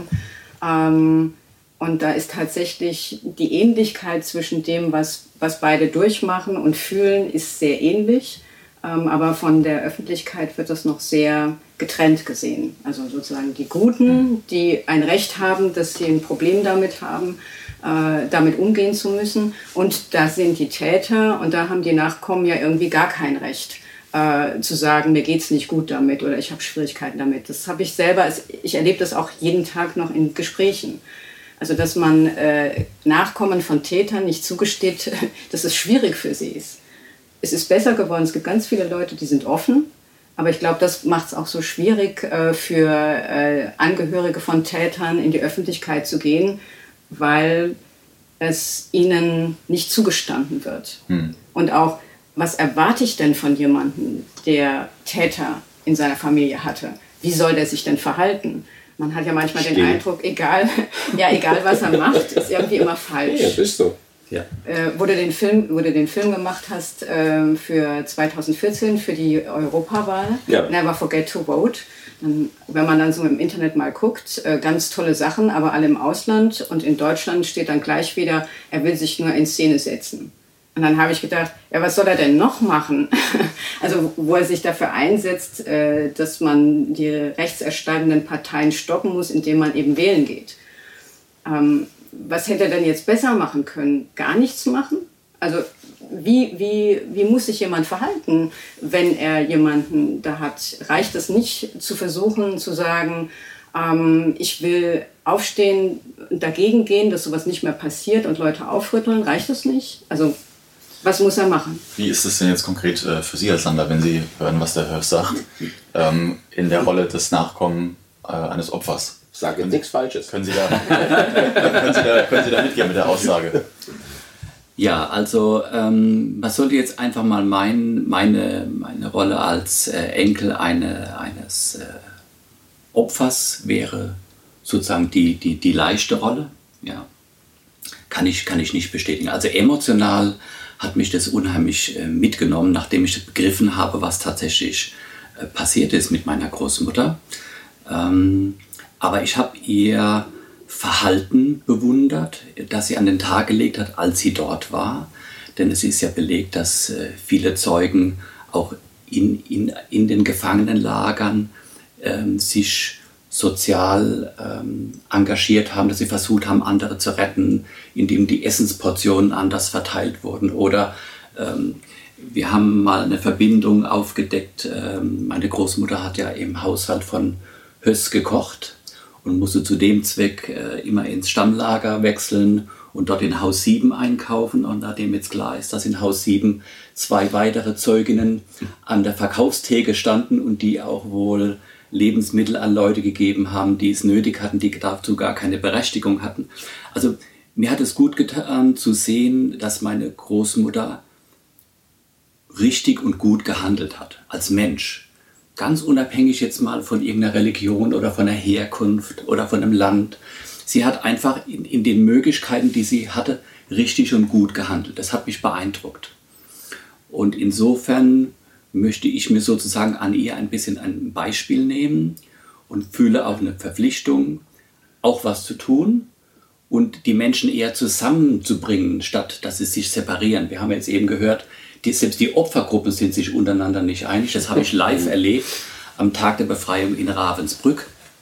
Und da ist tatsächlich die Ähnlichkeit zwischen dem, was beide durchmachen und fühlen, ist sehr ähnlich. Aber von der Öffentlichkeit wird das noch sehr getrennt gesehen. Also sozusagen die Guten, die ein Recht haben, dass sie ein Problem damit haben, damit umgehen zu müssen. Und da sind die Täter und da haben die Nachkommen ja irgendwie gar kein Recht. Zu sagen, mir geht's nicht gut damit oder ich habe Schwierigkeiten damit. Das habe ich selber, ich erlebe das auch jeden Tag noch in Gesprächen. Also dass man Nachkommen von Tätern nicht zugesteht, dass es schwierig für sie ist. Es ist besser geworden, es gibt ganz viele Leute, die sind offen, aber ich glaube, das macht es auch so schwierig für Angehörige von Tätern in die Öffentlichkeit zu gehen, weil es ihnen nicht zugestanden wird. Und auch, was erwarte ich denn von jemandem, der Täter in seiner Familie hatte? Wie soll der sich denn verhalten? Man hat ja manchmal den Eindruck, egal was er macht, ist irgendwie immer falsch. Ja, das ist so. Ja. Wo du den Film gemacht hast für 2014, für die Europawahl, Never Forget to Vote. Wenn man dann so im Internet mal guckt, ganz tolle Sachen, aber alle im Ausland. Und in Deutschland steht dann gleich wieder, er will sich nur in Szene setzen. Und dann habe ich gedacht, ja, was soll er denn noch machen? Also wo er sich dafür einsetzt, dass man die rechtsersteigenden Parteien stoppen muss, indem man eben wählen geht. Was hätte er denn jetzt besser machen können? Gar nichts machen? Also wie muss sich jemand verhalten, wenn er jemanden da hat? Reicht es nicht zu versuchen, zu sagen, ich will aufstehen, dagegen gehen, dass sowas nicht mehr passiert und Leute aufrütteln? Reicht das nicht? Also Was muss er machen? Wie ist es denn jetzt konkret für Sie als Sander, wenn Sie hören, was der Hörs sagt, in der Rolle des Nachkommen eines Opfers? Ich sage jetzt nichts Falsches. Können Sie da mitgehen mit der Aussage? Ja, also man sollte jetzt einfach mal meine Rolle als Enkel eines Opfers wäre sozusagen die leichte Rolle. Ja. Kann ich nicht bestätigen. Also emotional hat mich das unheimlich mitgenommen, nachdem ich begriffen habe, was tatsächlich passiert ist mit meiner Großmutter. Aber ich habe ihr Verhalten bewundert, das sie an den Tag gelegt hat, als sie dort war. Denn es ist ja belegt, dass viele Zeugen auch in den Gefangenenlagern sich sozial engagiert haben, dass sie versucht haben, andere zu retten, indem die Essensportionen anders verteilt wurden. Oder wir haben mal eine Verbindung aufgedeckt. Meine Großmutter hat ja im Haushalt von Höss gekocht und musste zu dem Zweck immer ins Stammlager wechseln und dort in Haus 7 einkaufen. Und nachdem jetzt klar ist, dass in Haus 7 2 weitere Zeuginnen an der Verkaufstheke standen und die auch wohl Lebensmittel an Leute gegeben haben, die es nötig hatten, die dazu gar keine Berechtigung hatten. Also mir hat es gut getan zu sehen, dass meine Großmutter richtig und gut gehandelt hat, als Mensch. Ganz unabhängig jetzt mal von irgendeiner Religion oder von der Herkunft oder von einem Land. Sie hat einfach in den Möglichkeiten, die sie hatte, richtig und gut gehandelt. Das hat mich beeindruckt. Und insofern möchte ich mir sozusagen an ihr ein bisschen ein Beispiel nehmen und fühle auch eine Verpflichtung, auch was zu tun und die Menschen eher zusammenzubringen, statt dass sie sich separieren. Wir haben jetzt eben gehört, selbst die Opfergruppen sind sich untereinander nicht einig. Das habe ich live erlebt am Tag der Befreiung in Ravensbrück,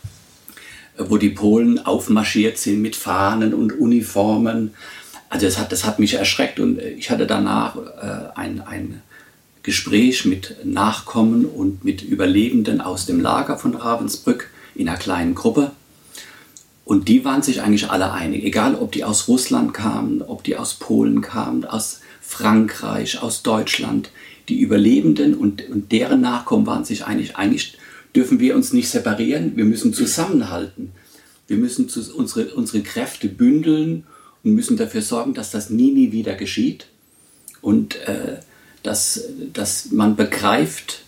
wo die Polen aufmarschiert sind mit Fahnen und Uniformen. Also das hat mich erschreckt und ich hatte danach ein Gespräch mit Nachkommen und mit Überlebenden aus dem Lager von Ravensbrück in einer kleinen Gruppe. Und die waren sich eigentlich alle einig, egal ob die aus Russland kamen, ob die aus Polen kamen, aus Frankreich, aus Deutschland. Die Überlebenden und deren Nachkommen waren sich einig, eigentlich dürfen wir uns nicht separieren, wir müssen zusammenhalten. Wir müssen unsere Kräfte bündeln und müssen dafür sorgen, dass das nie wieder geschieht. Und dass man begreift,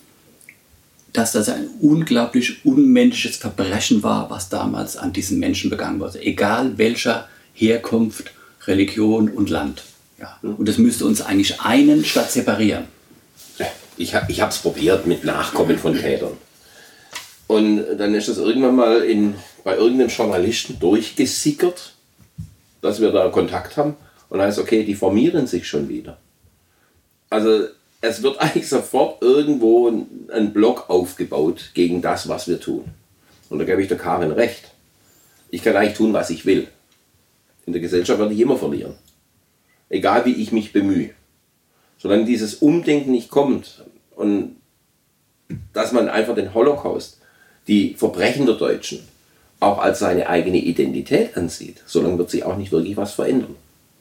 dass das ein unglaublich unmenschliches Verbrechen war, was damals an diesen Menschen begangen wurde. Egal welcher Herkunft, Religion und Land. Ja. Und das müsste uns eigentlich einen statt separieren. Ich habe es probiert mit Nachkommen von Tätern. Und dann ist das irgendwann mal bei irgendeinem Journalisten durchgesickert, dass wir da Kontakt haben. Und dann heißt, okay, die formieren sich schon wieder. Also es wird eigentlich sofort irgendwo ein Block aufgebaut gegen das, was wir tun. Und da gebe ich der Karin recht. Ich kann eigentlich tun, was ich will. In der Gesellschaft werde ich immer verlieren. Egal wie ich mich bemühe. Solange dieses Umdenken nicht kommt und dass man einfach den Holocaust, die Verbrechen der Deutschen, auch als seine eigene Identität ansieht, solange wird sich auch nicht wirklich was verändern.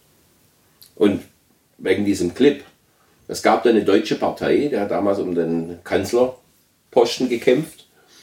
Und wegen diesem Clip, es gab da eine deutsche Partei, der hat damals um den Kanzlerposten gekämpft.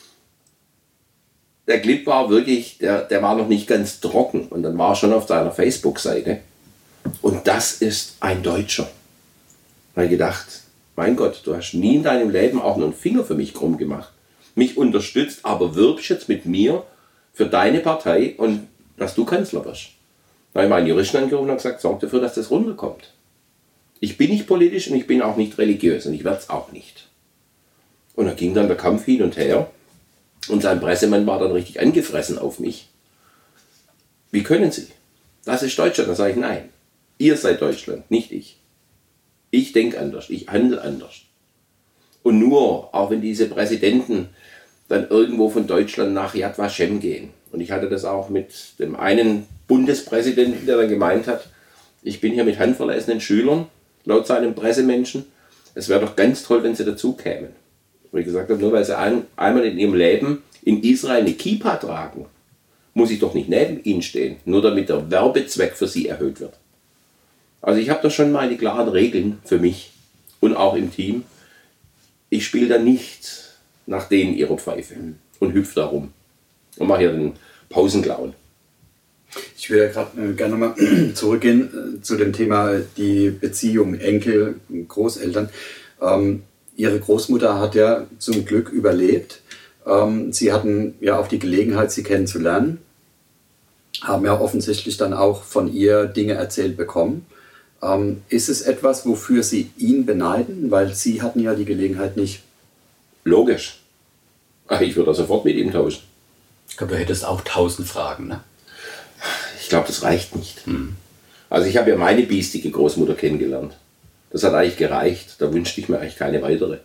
Der Clip war wirklich, der war noch nicht ganz trocken und dann war er schon auf seiner Facebook-Seite. Und das ist ein Deutscher. Da habe ich gedacht, mein Gott, du hast nie in deinem Leben auch nur einen Finger für mich krumm gemacht. Mich unterstützt, aber wirbst jetzt mit mir für deine Partei und dass du Kanzler wirst. Da habe ich meinen Juristen angerufen und gesagt, sorg dafür, dass das runterkommt. Ich bin nicht politisch und ich bin auch nicht religiös und ich werde es auch nicht. Und da ging dann der Kampf hin und her und sein Pressemann war dann richtig angefressen auf mich. Wie können Sie? Das ist Deutschland. Da sage ich, nein. Ihr seid Deutschland, nicht ich. Ich denke anders, ich handle anders. Und nur, auch wenn diese Präsidenten dann irgendwo von Deutschland nach Yad Vashem gehen. Und ich hatte das auch mit dem einen Bundespräsidenten, der dann gemeint hat, ich bin hier mit handverlesenen Schülern, laut seinem Pressemenschen, es wäre doch ganz toll, wenn sie dazu kämen. Und ich gesagt habe, nur weil sie einmal in ihrem Leben in Israel eine Kippa tragen, muss ich doch nicht neben ihnen stehen, nur damit der Werbezweck für sie erhöht wird. Also ich habe da schon meine klaren Regeln für mich und auch im Team. Ich spiele da nicht nach denen ihrer Pfeife und hüpfe da rum und mache hier den Pausenclown. Ich würde gerade gerne nochmal zurückgehen zu dem Thema die Beziehung Enkel, Großeltern. Ihre Großmutter hat ja zum Glück überlebt. Sie hatten ja auch die Gelegenheit, sie kennenzulernen, haben ja offensichtlich dann auch von ihr Dinge erzählt bekommen. Ist es etwas, wofür Sie ihn beneiden? Weil Sie hatten ja die Gelegenheit nicht. Logisch. Ach, ich würde sofort mit ihm tauschen. Ich glaube, du hättest auch 1000 Fragen, ne? Ich glaube, das reicht nicht. Also ich habe ja meine biestige Großmutter kennengelernt. Das hat eigentlich gereicht. Da wünschte ich mir eigentlich keine weitere.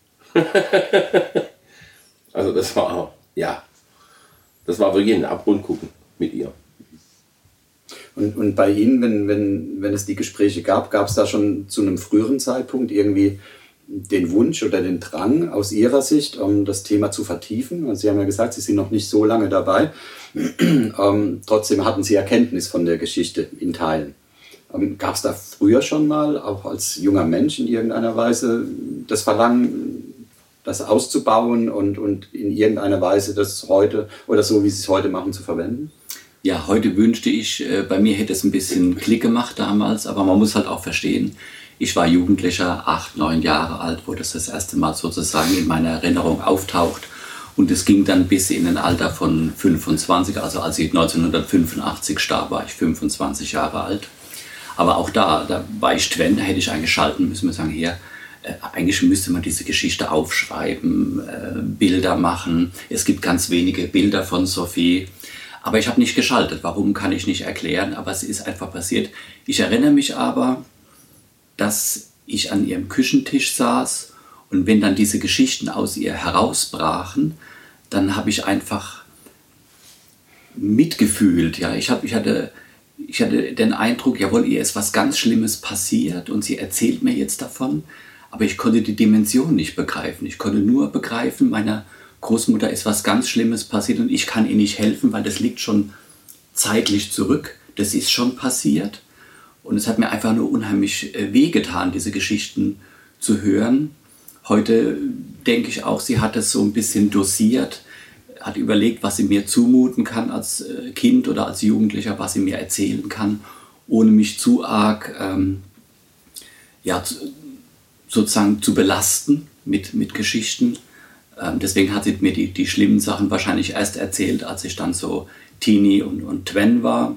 Also das war wirklich ein Abgrund gucken mit ihr. Und bei Ihnen, wenn es die Gespräche gab es da schon zu einem früheren Zeitpunkt irgendwie den Wunsch oder den Drang aus Ihrer Sicht, das Thema zu vertiefen? Also Sie haben ja gesagt, Sie sind noch nicht so lange dabei. Trotzdem hatten Sie Erkenntnis von der Geschichte in Teilen. Gab es da früher schon mal, auch als junger Mensch in irgendeiner Weise, das Verlangen, das auszubauen und in irgendeiner Weise das heute oder so, wie Sie es heute machen, zu verwenden? Ja, heute wünschte ich, bei mir hätte es ein bisschen Klick gemacht damals, aber man muss halt auch verstehen, ich war Jugendlicher, 8, 9 Jahre alt, wo das erste Mal sozusagen in meiner Erinnerung auftaucht. Und es ging dann bis in ein Alter von 25, also als ich 1985 starb, war ich 25 Jahre alt. Aber auch da war ich Twen, da hätte ich eigentlich schalten müssen und sagen, hier, eigentlich müsste man diese Geschichte aufschreiben, Bilder machen. Es gibt ganz wenige Bilder von Sophie. Aber ich habe nicht geschaltet. Warum, kann ich nicht erklären, aber es ist einfach passiert. Ich erinnere mich aber, dass ich an ihrem Küchentisch saß und wenn dann diese Geschichten aus ihr herausbrachen, dann habe ich einfach mitgefühlt. Ja, ich hatte den Eindruck, jawohl, ihr ist was ganz Schlimmes passiert und sie erzählt mir jetzt davon, aber ich konnte die Dimension nicht begreifen. Ich konnte nur begreifen, meiner Großmutter ist was ganz Schlimmes passiert und ich kann ihr nicht helfen, weil das liegt schon zeitlich zurück. Das ist schon passiert. Und es hat mir einfach nur unheimlich wehgetan, diese Geschichten zu hören. Heute denke ich auch, sie hat es so ein bisschen dosiert, hat überlegt, was sie mir zumuten kann als Kind oder als Jugendlicher, was sie mir erzählen kann, ohne mich zu arg sozusagen zu belasten mit Geschichten. Deswegen hat sie mir die schlimmen Sachen wahrscheinlich erst erzählt, als ich dann so Teenie und Twen war.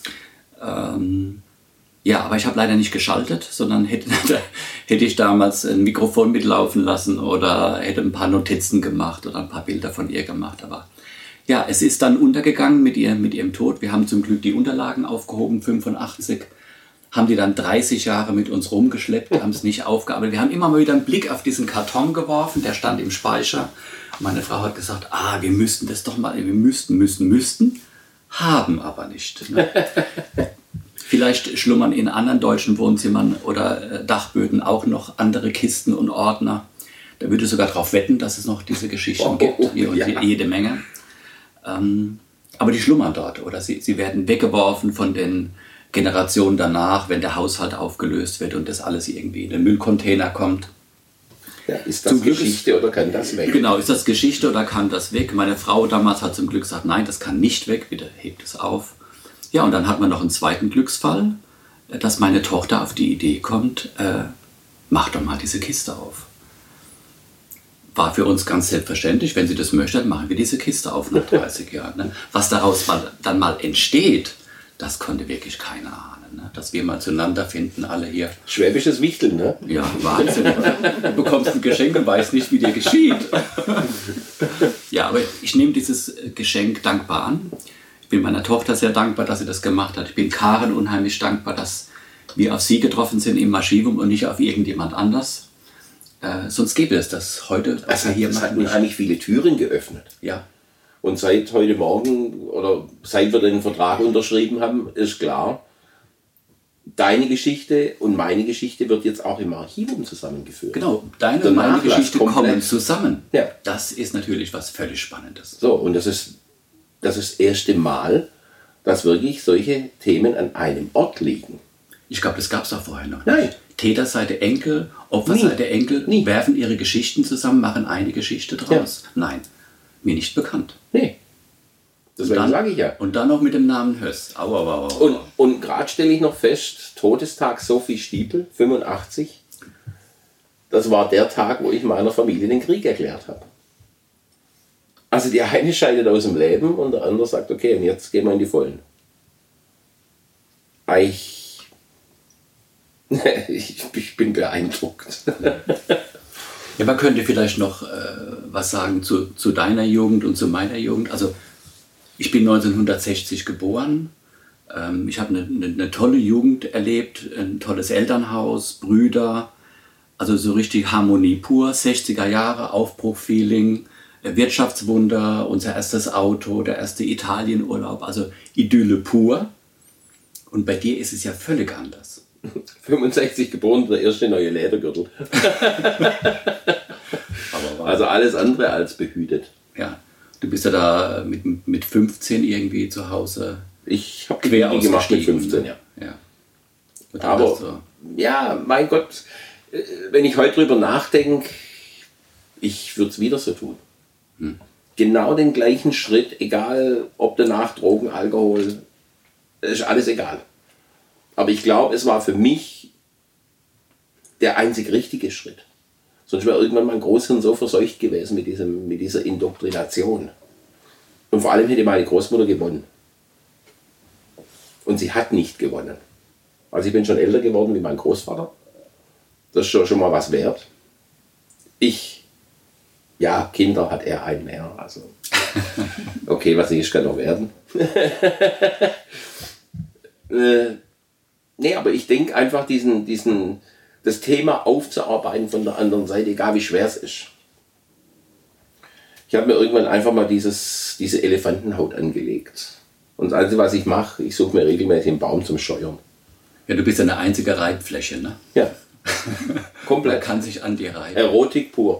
Ja, aber ich habe leider nicht geschaltet, sondern hätte ich damals ein Mikrofon mitlaufen lassen oder hätte ein paar Notizen gemacht oder ein paar Bilder von ihr gemacht. Aber ja, es ist dann untergegangen mit ihrem Tod. Wir haben zum Glück die Unterlagen aufgehoben, 85. Haben die dann 30 Jahre mit uns rumgeschleppt, haben es nicht aufgearbeitet. Wir haben immer mal wieder einen Blick auf diesen Karton geworfen, der stand im Speicher. Meine Frau hat gesagt, wir müssten das doch mal, wir müssten, haben aber nicht. Ne? Vielleicht schlummern in anderen deutschen Wohnzimmern oder Dachböden auch noch andere Kisten und Ordner. Da würde ich sogar darauf wetten, dass es noch diese Geschichten gibt, jede Menge. Aber die schlummern dort oder sie werden weggeworfen von den Generationen danach, wenn der Haushalt aufgelöst wird und das alles irgendwie in den Müllcontainer kommt. Ja, ist das Geschichte oder kann das weg? Genau, ist das Geschichte oder kann das weg? Meine Frau damals hat zum Glück gesagt, nein, das kann nicht weg, bitte hebt es auf. Ja, und dann hat man noch einen zweiten Glücksfall, dass meine Tochter auf die Idee kommt, mach doch mal diese Kiste auf. War für uns ganz selbstverständlich, wenn sie das möchte, dann machen wir diese Kiste auf nach 30 Jahren. Ne? Was daraus dann mal entsteht, das konnte wirklich keiner ahnen. Ne? Dass wir mal zueinander finden, alle hier. Schwäbisches Wichteln, ne? Ja, Wahnsinn. Du bekommst ein Geschenk und weißt nicht, wie dir geschieht. Ja, aber ich nehme dieses Geschenk dankbar an. Ich bin meiner Tochter sehr dankbar, dass sie das gemacht hat. Ich bin Karen unheimlich dankbar, dass wir auf sie getroffen sind im Archivum und nicht auf irgendjemand anders. Sonst gäbe es das heute. Das hat unheimlich viele Türen geöffnet. Ja. Und seit heute Morgen oder seit wir den Vertrag unterschrieben haben, ist klar, deine Geschichte und meine Geschichte wird jetzt auch im Archivum zusammengeführt. Genau, deine und meine Geschichte kommen zusammen. Ja. Das ist natürlich was völlig Spannendes. So, und das ist das erste Mal, dass wirklich solche Themen an einem Ort liegen. Ich glaube, das gab es auch vorher noch nicht. Nein. Täterseite Enkel, Opferseite Enkel, Nie. werfen ihre Geschichten zusammen, machen eine Geschichte draus. Nein, mir nicht bekannt. Nee. Deswegen sage ich ja. Und dann noch mit dem Namen Höss. Au. Und gerade stelle ich noch fest, Todestag Sophie Stiepel, 85. Das war der Tag, wo ich meiner Familie den Krieg erklärt habe. Also die eine scheidet aus dem Leben und der andere sagt, okay, und jetzt gehen wir in die Vollen. Ich bin beeindruckt. Ja, man könnte vielleicht noch was sagen zu deiner Jugend und zu meiner Jugend. Also ich bin 1960 geboren. Ich habe eine tolle Jugend erlebt, ein tolles Elternhaus, Brüder. Also so richtig Harmonie pur, 60er Jahre, Aufbruchfeeling, Wirtschaftswunder, unser erstes Auto, der erste Italienurlaub, also Idylle pur. Und bei dir ist es ja völlig anders. 65 geboren, der erste neue Ledergürtel. Also alles andere als behütet. Ja, du bist ja da mit 15 irgendwie zu Hause. Ich habe quer die gemacht mit ausgestiegen. 15, ja. Und dann Aber hast du- ja, mein Gott, wenn ich heute drüber nachdenke, ich würde es wieder so tun. Genau den gleichen Schritt, egal ob danach Drogen, Alkohol, ist alles egal. Aber ich glaube, es war für mich der einzig richtige Schritt. Sonst wäre irgendwann mein Großhirn so verseucht gewesen mit dieser Indoktrination. Und vor allem hätte meine Großmutter gewonnen. Und sie hat nicht gewonnen. Also ich bin schon älter geworden wie mein Großvater. Das ist schon mal was wert. Kinder hat er ein mehr. Also okay, was nicht ist, kann noch werden. Nee, aber ich denke einfach, das Thema aufzuarbeiten von der anderen Seite, egal wie schwer es ist. Ich habe mir irgendwann einfach mal diese Elefantenhaut angelegt. Und das Einzige, was ich mache, ich suche mir regelmäßig einen Baum zum Scheuern. Ja, du bist ja eine einzige Reibfläche, ne? Ja. Man Komplett. kann sich an dir reiben. Erotik pur.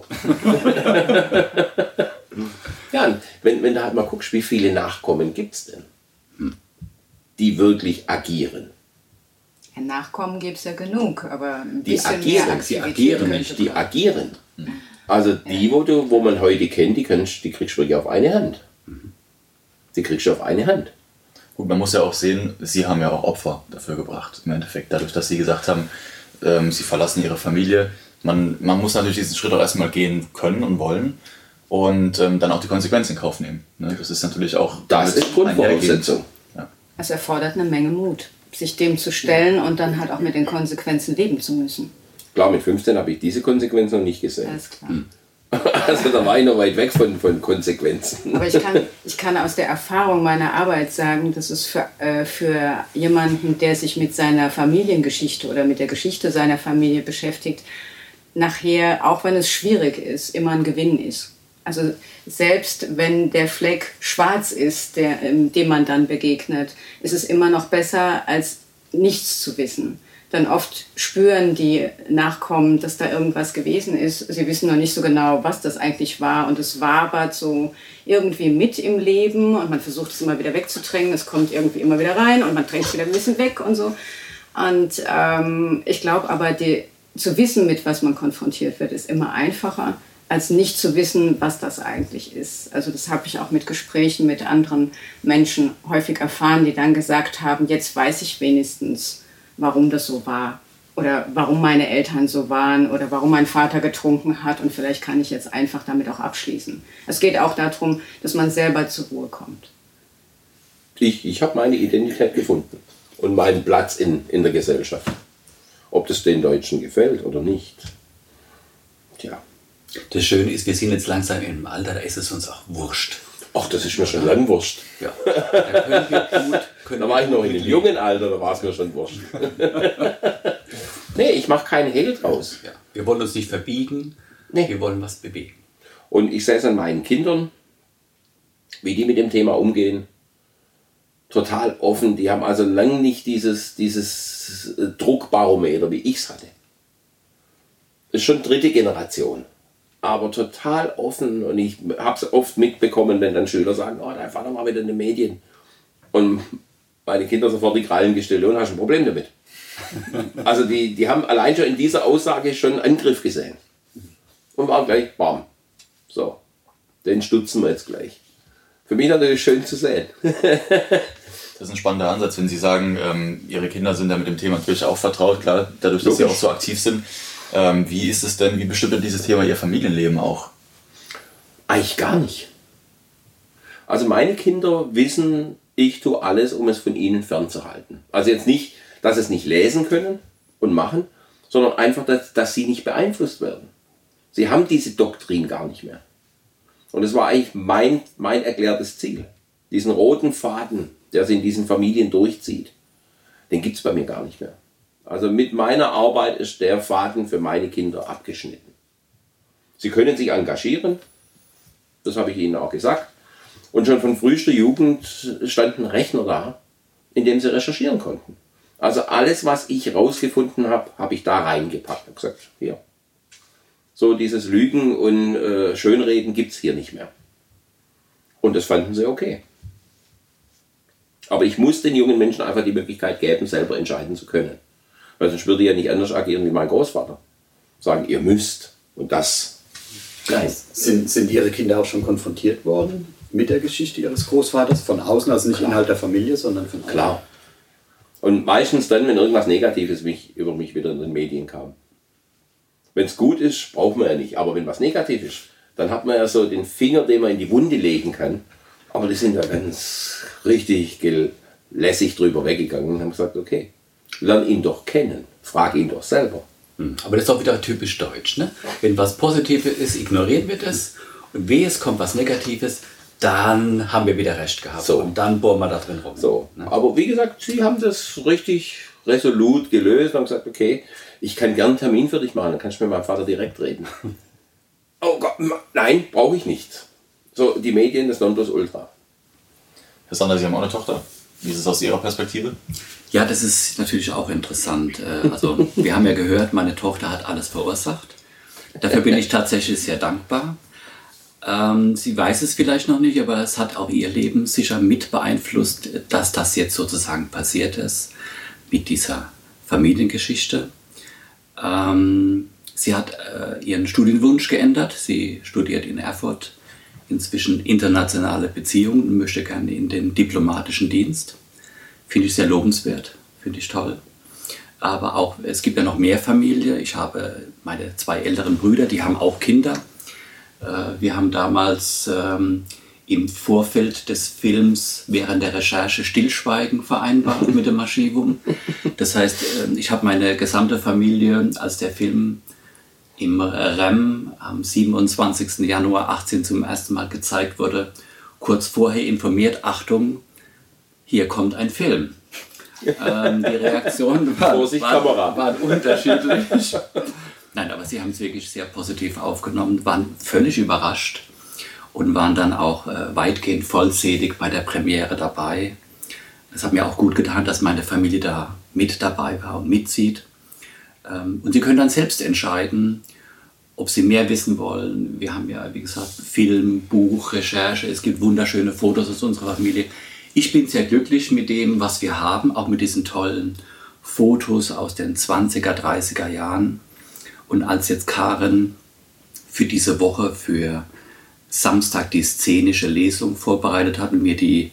Ja, und wenn du halt mal guckst, wie viele Nachkommen gibt es denn, die wirklich agieren. Ja, Nachkommen gibt es ja genug, aber ein Die bisschen agieren, mehr sie Aktivität agieren könnte nicht, die man- agieren. Also die, wo man heute kennt, die kriegst du wirklich auf eine Hand. Die kriegst du auf eine Hand. Gut, man muss ja auch sehen, sie haben ja auch Opfer dafür gebracht, im Endeffekt. Dadurch, dass sie gesagt haben, sie verlassen ihre Familie. Man muss natürlich diesen Schritt auch erstmal gehen können und wollen und dann auch die Konsequenzen in Kauf nehmen. Ne? Das ist natürlich auch Das ist Grundvoraussetzung. Ja. Es erfordert eine Menge Mut, sich dem zu stellen und dann halt auch mit den Konsequenzen leben zu müssen. Klar, mit 15 habe ich diese Konsequenz noch nicht gesehen. Alles klar. Also da war ich noch weit weg von Konsequenzen. Aber ich kann aus der Erfahrung meiner Arbeit sagen, dass es für jemanden, der sich mit seiner Familiengeschichte oder mit der Geschichte seiner Familie beschäftigt, nachher, auch wenn es schwierig ist, immer ein Gewinn ist. Also selbst wenn der Fleck schwarz ist, dem man dann begegnet, ist es immer noch besser, als nichts zu wissen. Dann oft spüren die Nachkommen, dass da irgendwas gewesen ist. Sie wissen noch nicht so genau, was das eigentlich war. Und es wabert so irgendwie mit im Leben und man versucht es immer wieder wegzudrängen. Es kommt irgendwie immer wieder rein und man drängt es wieder ein bisschen weg und so. Und ich glaube aber, zu wissen, mit was man konfrontiert wird, ist immer einfacher, als nicht zu wissen, was das eigentlich ist. Also das habe ich auch mit Gesprächen mit anderen Menschen häufig erfahren, die dann gesagt haben, jetzt weiß ich wenigstens, warum das so war oder warum meine Eltern so waren oder warum mein Vater getrunken hat und vielleicht kann ich jetzt einfach damit auch abschließen. Es geht auch darum, dass man selber zur Ruhe kommt. Ich habe meine Identität gefunden und meinen Platz in der Gesellschaft. Ob das den Deutschen gefällt oder nicht. Tja, Das Schöne ist, wir sind jetzt langsam im Alter, da ist es uns auch wurscht. ach, das ist mir schon lang wurscht. Ja. Da können wir gut, Da war ich noch in dem jungen Alter, da war es mir schon wurscht. Nee, ich mache keinen Hehl draus. Ja. Wir wollen uns nicht verbiegen, Nee. wir wollen was bewegen. Und ich sehe es an meinen Kindern, wie die mit dem Thema umgehen. Total offen. Die haben also lang nicht dieses Druckbarometer, wie ich es hatte. Ist schon dritte Generation. Aber total offen. Und ich habe es oft mitbekommen, wenn dann Schüler sagen, oh, dein Vater war wieder in den Medien. Und meine Kinder sofort die Krallen gestellt und hast ein Problem damit. Also die haben allein schon in dieser Aussage schon einen Angriff gesehen. Und waren gleich, bam. So, den stutzen wir jetzt gleich. Für mich natürlich schön zu sehen. Das ist ein spannender Ansatz, wenn Sie sagen, Ihre Kinder sind da mit dem Thema natürlich auch vertraut, klar, dadurch, dass Sie auch so aktiv sind. Wie ist es denn, wie bestimmt denn dieses Thema Ihr Familienleben auch? Eigentlich gar nicht. Also meine Kinder wissen, ich tue alles, um es von ihnen fernzuhalten. Also jetzt nicht, dass sie es nicht lesen können und machen, sondern einfach, dass sie nicht beeinflusst werden. Sie haben diese Doktrin gar nicht mehr. Und es war eigentlich mein erklärtes Ziel. Diesen roten Faden, der sich in diesen Familien durchzieht, den gibt es bei mir gar nicht mehr. Also mit meiner Arbeit ist der Faden für meine Kinder abgeschnitten. Sie können sich engagieren, das habe ich ihnen auch gesagt. Und schon von frühester Jugend stand ein Rechner da, in dem sie recherchieren konnten. Also alles, was ich rausgefunden habe, habe ich da reingepackt. Ich habe gesagt, hier. So dieses Lügen und Schönreden gibt es hier nicht mehr. Und das fanden sie okay. Aber ich muss den jungen Menschen einfach die Möglichkeit geben, selber entscheiden zu können. Weil sonst würde ich ja nicht anders agieren wie mein Großvater. Sagen, ihr müsst. Und das, nein. Sind Ihre Kinder auch schon konfrontiert worden mit der Geschichte Ihres Großvaters? Von außen, also nicht innerhalb der Familie, sondern von außen? Klar. Und meistens dann, wenn irgendwas Negatives über mich wieder in den Medien kam. Wenn es gut ist, braucht man ja nicht. Aber wenn was negativ ist, dann hat man ja so den Finger, den man in die Wunde legen kann. Aber die sind da ganz richtig lässig drüber weggegangen und haben gesagt, okay, lern ihn doch kennen, frag ihn doch selber. Aber das ist auch wieder typisch deutsch. Ne? Wenn was Positives ist, ignorieren wir das. Und wehe, es kommt was Negatives, dann haben wir wieder recht gehabt. So. Und dann bohren wir da drin rum. So. Ne? Aber wie gesagt, sie haben das richtig resolut gelöst und haben gesagt, okay, ich kann gern einen Termin für dich machen, dann kannst du mit meinem Vater direkt reden. Oh Gott, nein, brauche ich nicht. So, die Medien, das Nonplusultra. Herr Sander, Sie haben auch eine Tochter. Wie ist es aus Ihrer Perspektive? Ja, das ist natürlich auch interessant. Also wir haben ja gehört, meine Tochter hat alles verursacht. Dafür bin ich tatsächlich sehr dankbar. Sie weiß es vielleicht noch nicht, aber es hat auch ihr Leben sicher mit beeinflusst, dass das jetzt sozusagen passiert ist mit dieser Familiengeschichte. Sie hat ihren Studienwunsch geändert. Sie studiert in Erfurt inzwischen internationale Beziehungen und möchte gerne in den diplomatischen Dienst. Finde ich sehr lobenswert, finde ich toll. Aber auch, es gibt ja noch mehr Familie. Ich habe meine 2 älteren Brüder, die haben auch Kinder. Wir haben damals im Vorfeld des Films während der Recherche Stillschweigen vereinbart mit dem Archivum. Das heißt, ich habe meine gesamte Familie, als der Film im REM am 27. Januar 18 zum ersten Mal gezeigt wurde, kurz vorher informiert, Achtung, hier kommt ein Film. Die Reaktionen waren unterschiedlich. Nein, aber sie haben es wirklich sehr positiv aufgenommen, waren völlig überrascht und waren dann auch weitgehend vollzählig bei der Premiere dabei. Es hat mir auch gut getan, dass meine Familie da mit dabei war und mitzieht. Und sie können dann selbst entscheiden, ob sie mehr wissen wollen. Wir haben ja, wie gesagt, Film, Buch, Recherche. Es gibt wunderschöne Fotos aus unserer Familie. Ich bin sehr glücklich mit dem, was wir haben, auch mit diesen tollen Fotos aus den 20er, 30er Jahren. Und als jetzt Karen für diese Woche, für Samstag die szenische Lesung vorbereitet hat und mir die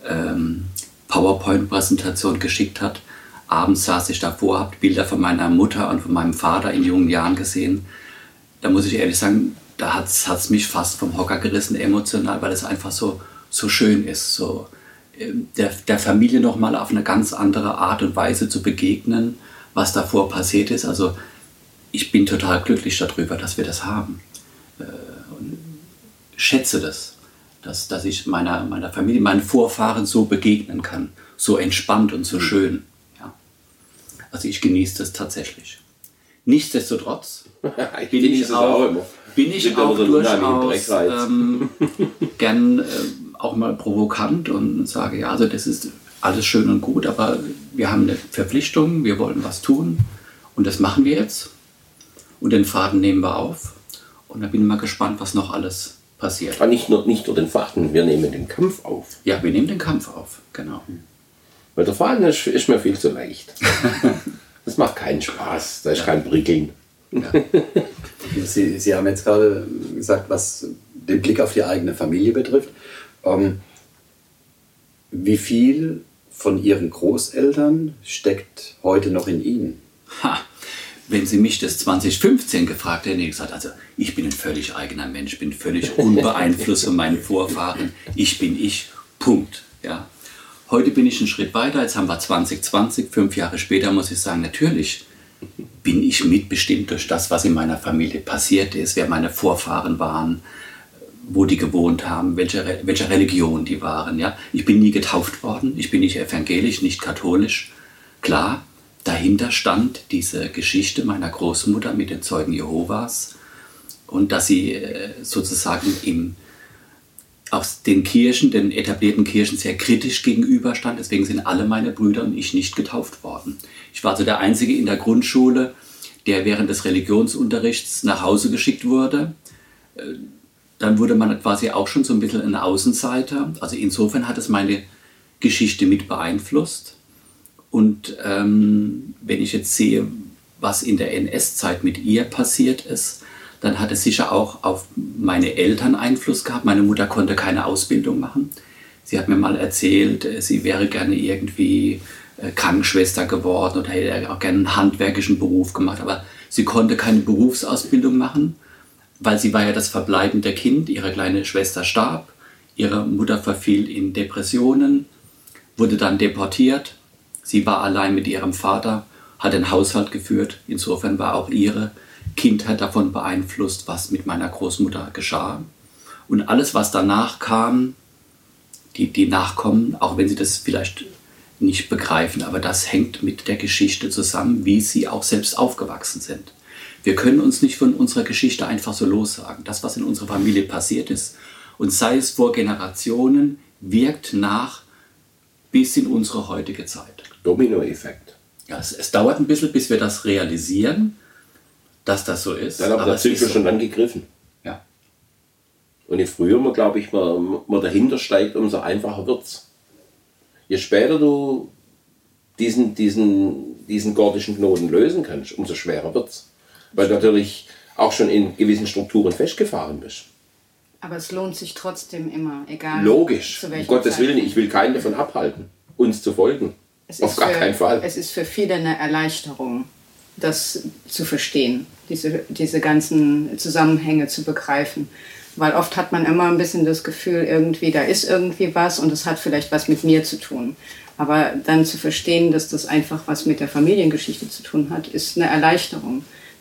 PowerPoint-Präsentation geschickt hat, abends saß ich davor, habe Bilder von meiner Mutter und von meinem Vater in jungen Jahren gesehen. Da muss ich ehrlich sagen, da hat's mich fast vom Hocker gerissen, emotional, weil es einfach so schön ist, so der Familie nochmal auf eine ganz andere Art und Weise zu begegnen, was davor passiert ist. Also ich bin total glücklich darüber, dass wir das haben. Und schätze das, dass ich meiner Familie, meinen Vorfahren so begegnen kann, so entspannt und so schön. Ja. Also ich genieße das tatsächlich. Nichtsdestotrotz bin ich auch durchaus gern auch mal provokant und sage, ja, also das ist alles schön und gut, aber wir haben eine Verpflichtung, wir wollen was tun und das machen wir jetzt und den Faden nehmen wir auf und da bin ich mal gespannt, was noch alles passiert. Aber nicht nur den Faden, wir nehmen den Kampf auf. Ja, wir nehmen den Kampf auf, genau. Weil der Faden ist mir viel zu leicht. Das macht keinen Spaß, da ist kein Prickeln. Ja. Sie haben jetzt gerade gesagt, was den Blick auf die eigene Familie betrifft. Wie viel von Ihren Großeltern steckt heute noch in Ihnen? Wenn Sie mich das 2015 gefragt hätten, hätte ich gesagt, also ich bin ein völlig eigener Mensch, bin völlig unbeeinflusst von meinen Vorfahren. Ich bin ich, Punkt. Ja. Heute bin ich einen Schritt weiter, jetzt haben wir 2020, 5 Jahre später muss ich sagen, natürlich bin ich mitbestimmt durch das, was in meiner Familie passiert ist, wer meine Vorfahren waren, wo die gewohnt haben, welche Religion die waren. Ja. Ich bin nie getauft worden, ich bin nicht evangelisch, nicht katholisch. Klar, dahinter stand diese Geschichte meiner Großmutter mit den Zeugen Jehovas und dass sie sozusagen aus den Kirchen, den etablierten Kirchen sehr kritisch gegenüberstand. Deswegen sind alle meine Brüder und ich nicht getauft worden. Ich war also der Einzige in der Grundschule, der während des Religionsunterrichts nach Hause geschickt wurde. Dann wurde man quasi auch schon so ein bisschen ein Außenseiter. Also insofern hat es meine Geschichte mit beeinflusst. Und wenn ich jetzt sehe, was in der NS-Zeit mit ihr passiert ist, dann hat es sicher auch auf meine Eltern Einfluss gehabt. Meine Mutter konnte keine Ausbildung machen. Sie hat mir mal erzählt, sie wäre gerne irgendwie Krankenschwester geworden oder hätte auch gerne einen handwerklichen Beruf gemacht. Aber sie konnte keine Berufsausbildung machen, weil sie war ja das verbleibende Kind. Ihre kleine Schwester starb, ihre Mutter verfiel in Depressionen, wurde dann deportiert. Sie war allein mit ihrem Vater, hat den Haushalt geführt. Insofern war auch ihre Kindheit davon beeinflusst, was mit meiner Großmutter geschah. Und alles, was danach kam, die Nachkommen, auch wenn sie das vielleicht nicht begreifen, aber das hängt mit der Geschichte zusammen, wie sie auch selbst aufgewachsen sind. Wir können uns nicht von unserer Geschichte einfach so lossagen. Das, was in unserer Familie passiert ist, und sei es vor Generationen, wirkt nach bis in unsere heutige Zeit. Dominoeffekt. Ja, es dauert ein bisschen, bis wir das realisieren, dass das so ist. Dann aber der Zügel schon dann gegriffen. Ja. Und je früher man, glaube ich, man dahinter steigt, umso einfacher wird es. Je später du diesen gordischen Knoten lösen kannst, umso schwerer wird es. Weil du natürlich auch schon in gewissen Strukturen festgefahren bist. Aber es lohnt sich trotzdem immer, egal. Logisch, zu um welchem Gottes Willen, Zeitpunkt. ich will keinen davon abhalten, uns zu folgen. Auf gar keinen Fall. Es ist für viele eine Erleichterung, das zu verstehen, diese ganzen Zusammenhänge zu begreifen. Weil oft hat man immer ein bisschen das Gefühl, irgendwie, da ist irgendwie was und es hat vielleicht was mit mir zu tun. Aber dann zu verstehen, dass das einfach was mit der Familiengeschichte zu tun hat, ist eine Erleichterung.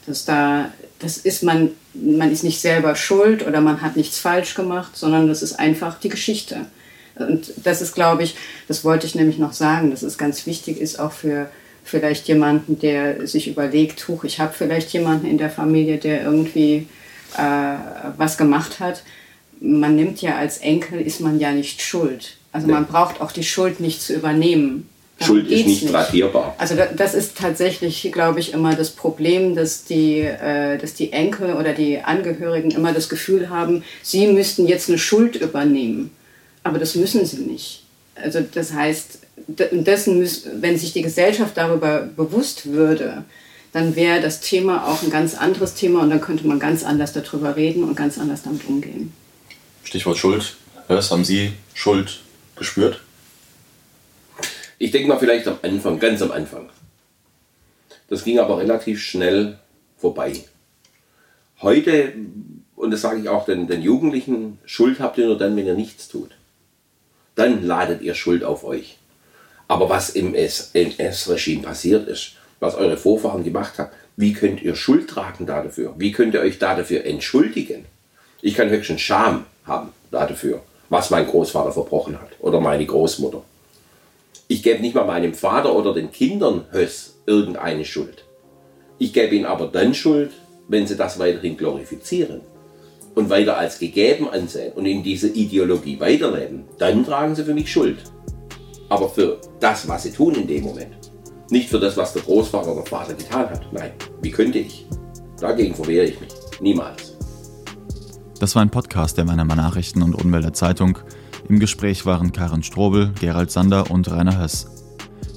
Man ist nicht selber schuld oder man hat nichts falsch gemacht, sondern das ist einfach die Geschichte. Und das ist, glaube ich, das wollte ich nämlich noch sagen, dass es ganz wichtig ist, auch für vielleicht jemanden, der sich überlegt, ich habe vielleicht jemanden in der Familie, der irgendwie was gemacht hat. Man nimmt ja als Enkel, ist man ja nicht schuld. Also man braucht auch die Schuld nicht zu übernehmen. Schuld ist nicht radierbar. Also das ist tatsächlich, glaube ich, immer das Problem, dass die Enkel oder die Angehörigen immer das Gefühl haben, sie müssten jetzt eine Schuld übernehmen. Aber das müssen sie nicht. Also das heißt, wenn sich die Gesellschaft darüber bewusst würde, dann wäre das Thema auch ein ganz anderes Thema und dann könnte man ganz anders darüber reden und ganz anders damit umgehen. Stichwort Schuld. Was haben Sie Schuld gespürt? Ich denke mal vielleicht am Anfang, ganz am Anfang. Das ging aber relativ schnell vorbei. Heute, und das sage ich auch den Jugendlichen, Schuld habt ihr nur dann, wenn ihr nichts tut. Dann ladet ihr Schuld auf euch. Aber was im NS-Regime passiert ist, was eure Vorfahren gemacht haben, wie könnt ihr Schuld tragen dafür? Wie könnt ihr euch dafür entschuldigen? Ich kann höchstens Scham haben dafür, was mein Großvater verbrochen hat oder meine Großmutter. Ich gebe nicht mal meinem Vater oder den Kindern irgendeine Schuld. Ich gebe ihnen aber dann Schuld, wenn sie das weiterhin glorifizieren und weiter als gegeben ansehen und in diese Ideologie weiterleben. Dann tragen sie für mich Schuld. Aber für das, was sie tun in dem Moment. Nicht für das, was der Großvater oder Vater getan hat. Nein, wie könnte ich? Dagegen verwehre ich mich. Niemals. Das war ein Podcast der Mannheimer Nachrichten und Unwälder Zeitung. Im Gespräch waren Karin Strobel, Gerald Sander und Rainer Höss.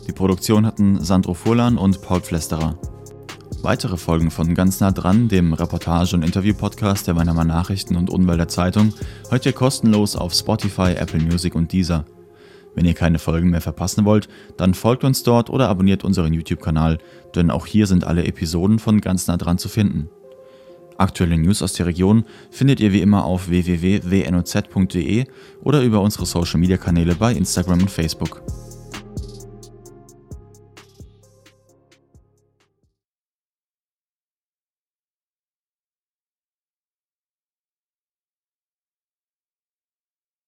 Die Produktion hatten Sandro Furlan und Paul Pflesterer. Weitere Folgen von Ganz nah dran, dem Reportage- und Interview-Podcast der Weinheimer Nachrichten und Unwälder Zeitung, hört ihr kostenlos auf Spotify, Apple Music und Deezer. Wenn ihr keine Folgen mehr verpassen wollt, dann folgt uns dort oder abonniert unseren YouTube-Kanal, denn auch hier sind alle Episoden von Ganz nah dran zu finden. Aktuelle News aus der Region findet ihr wie immer auf www.wnoz.de oder über unsere Social-Media-Kanäle bei Instagram und Facebook.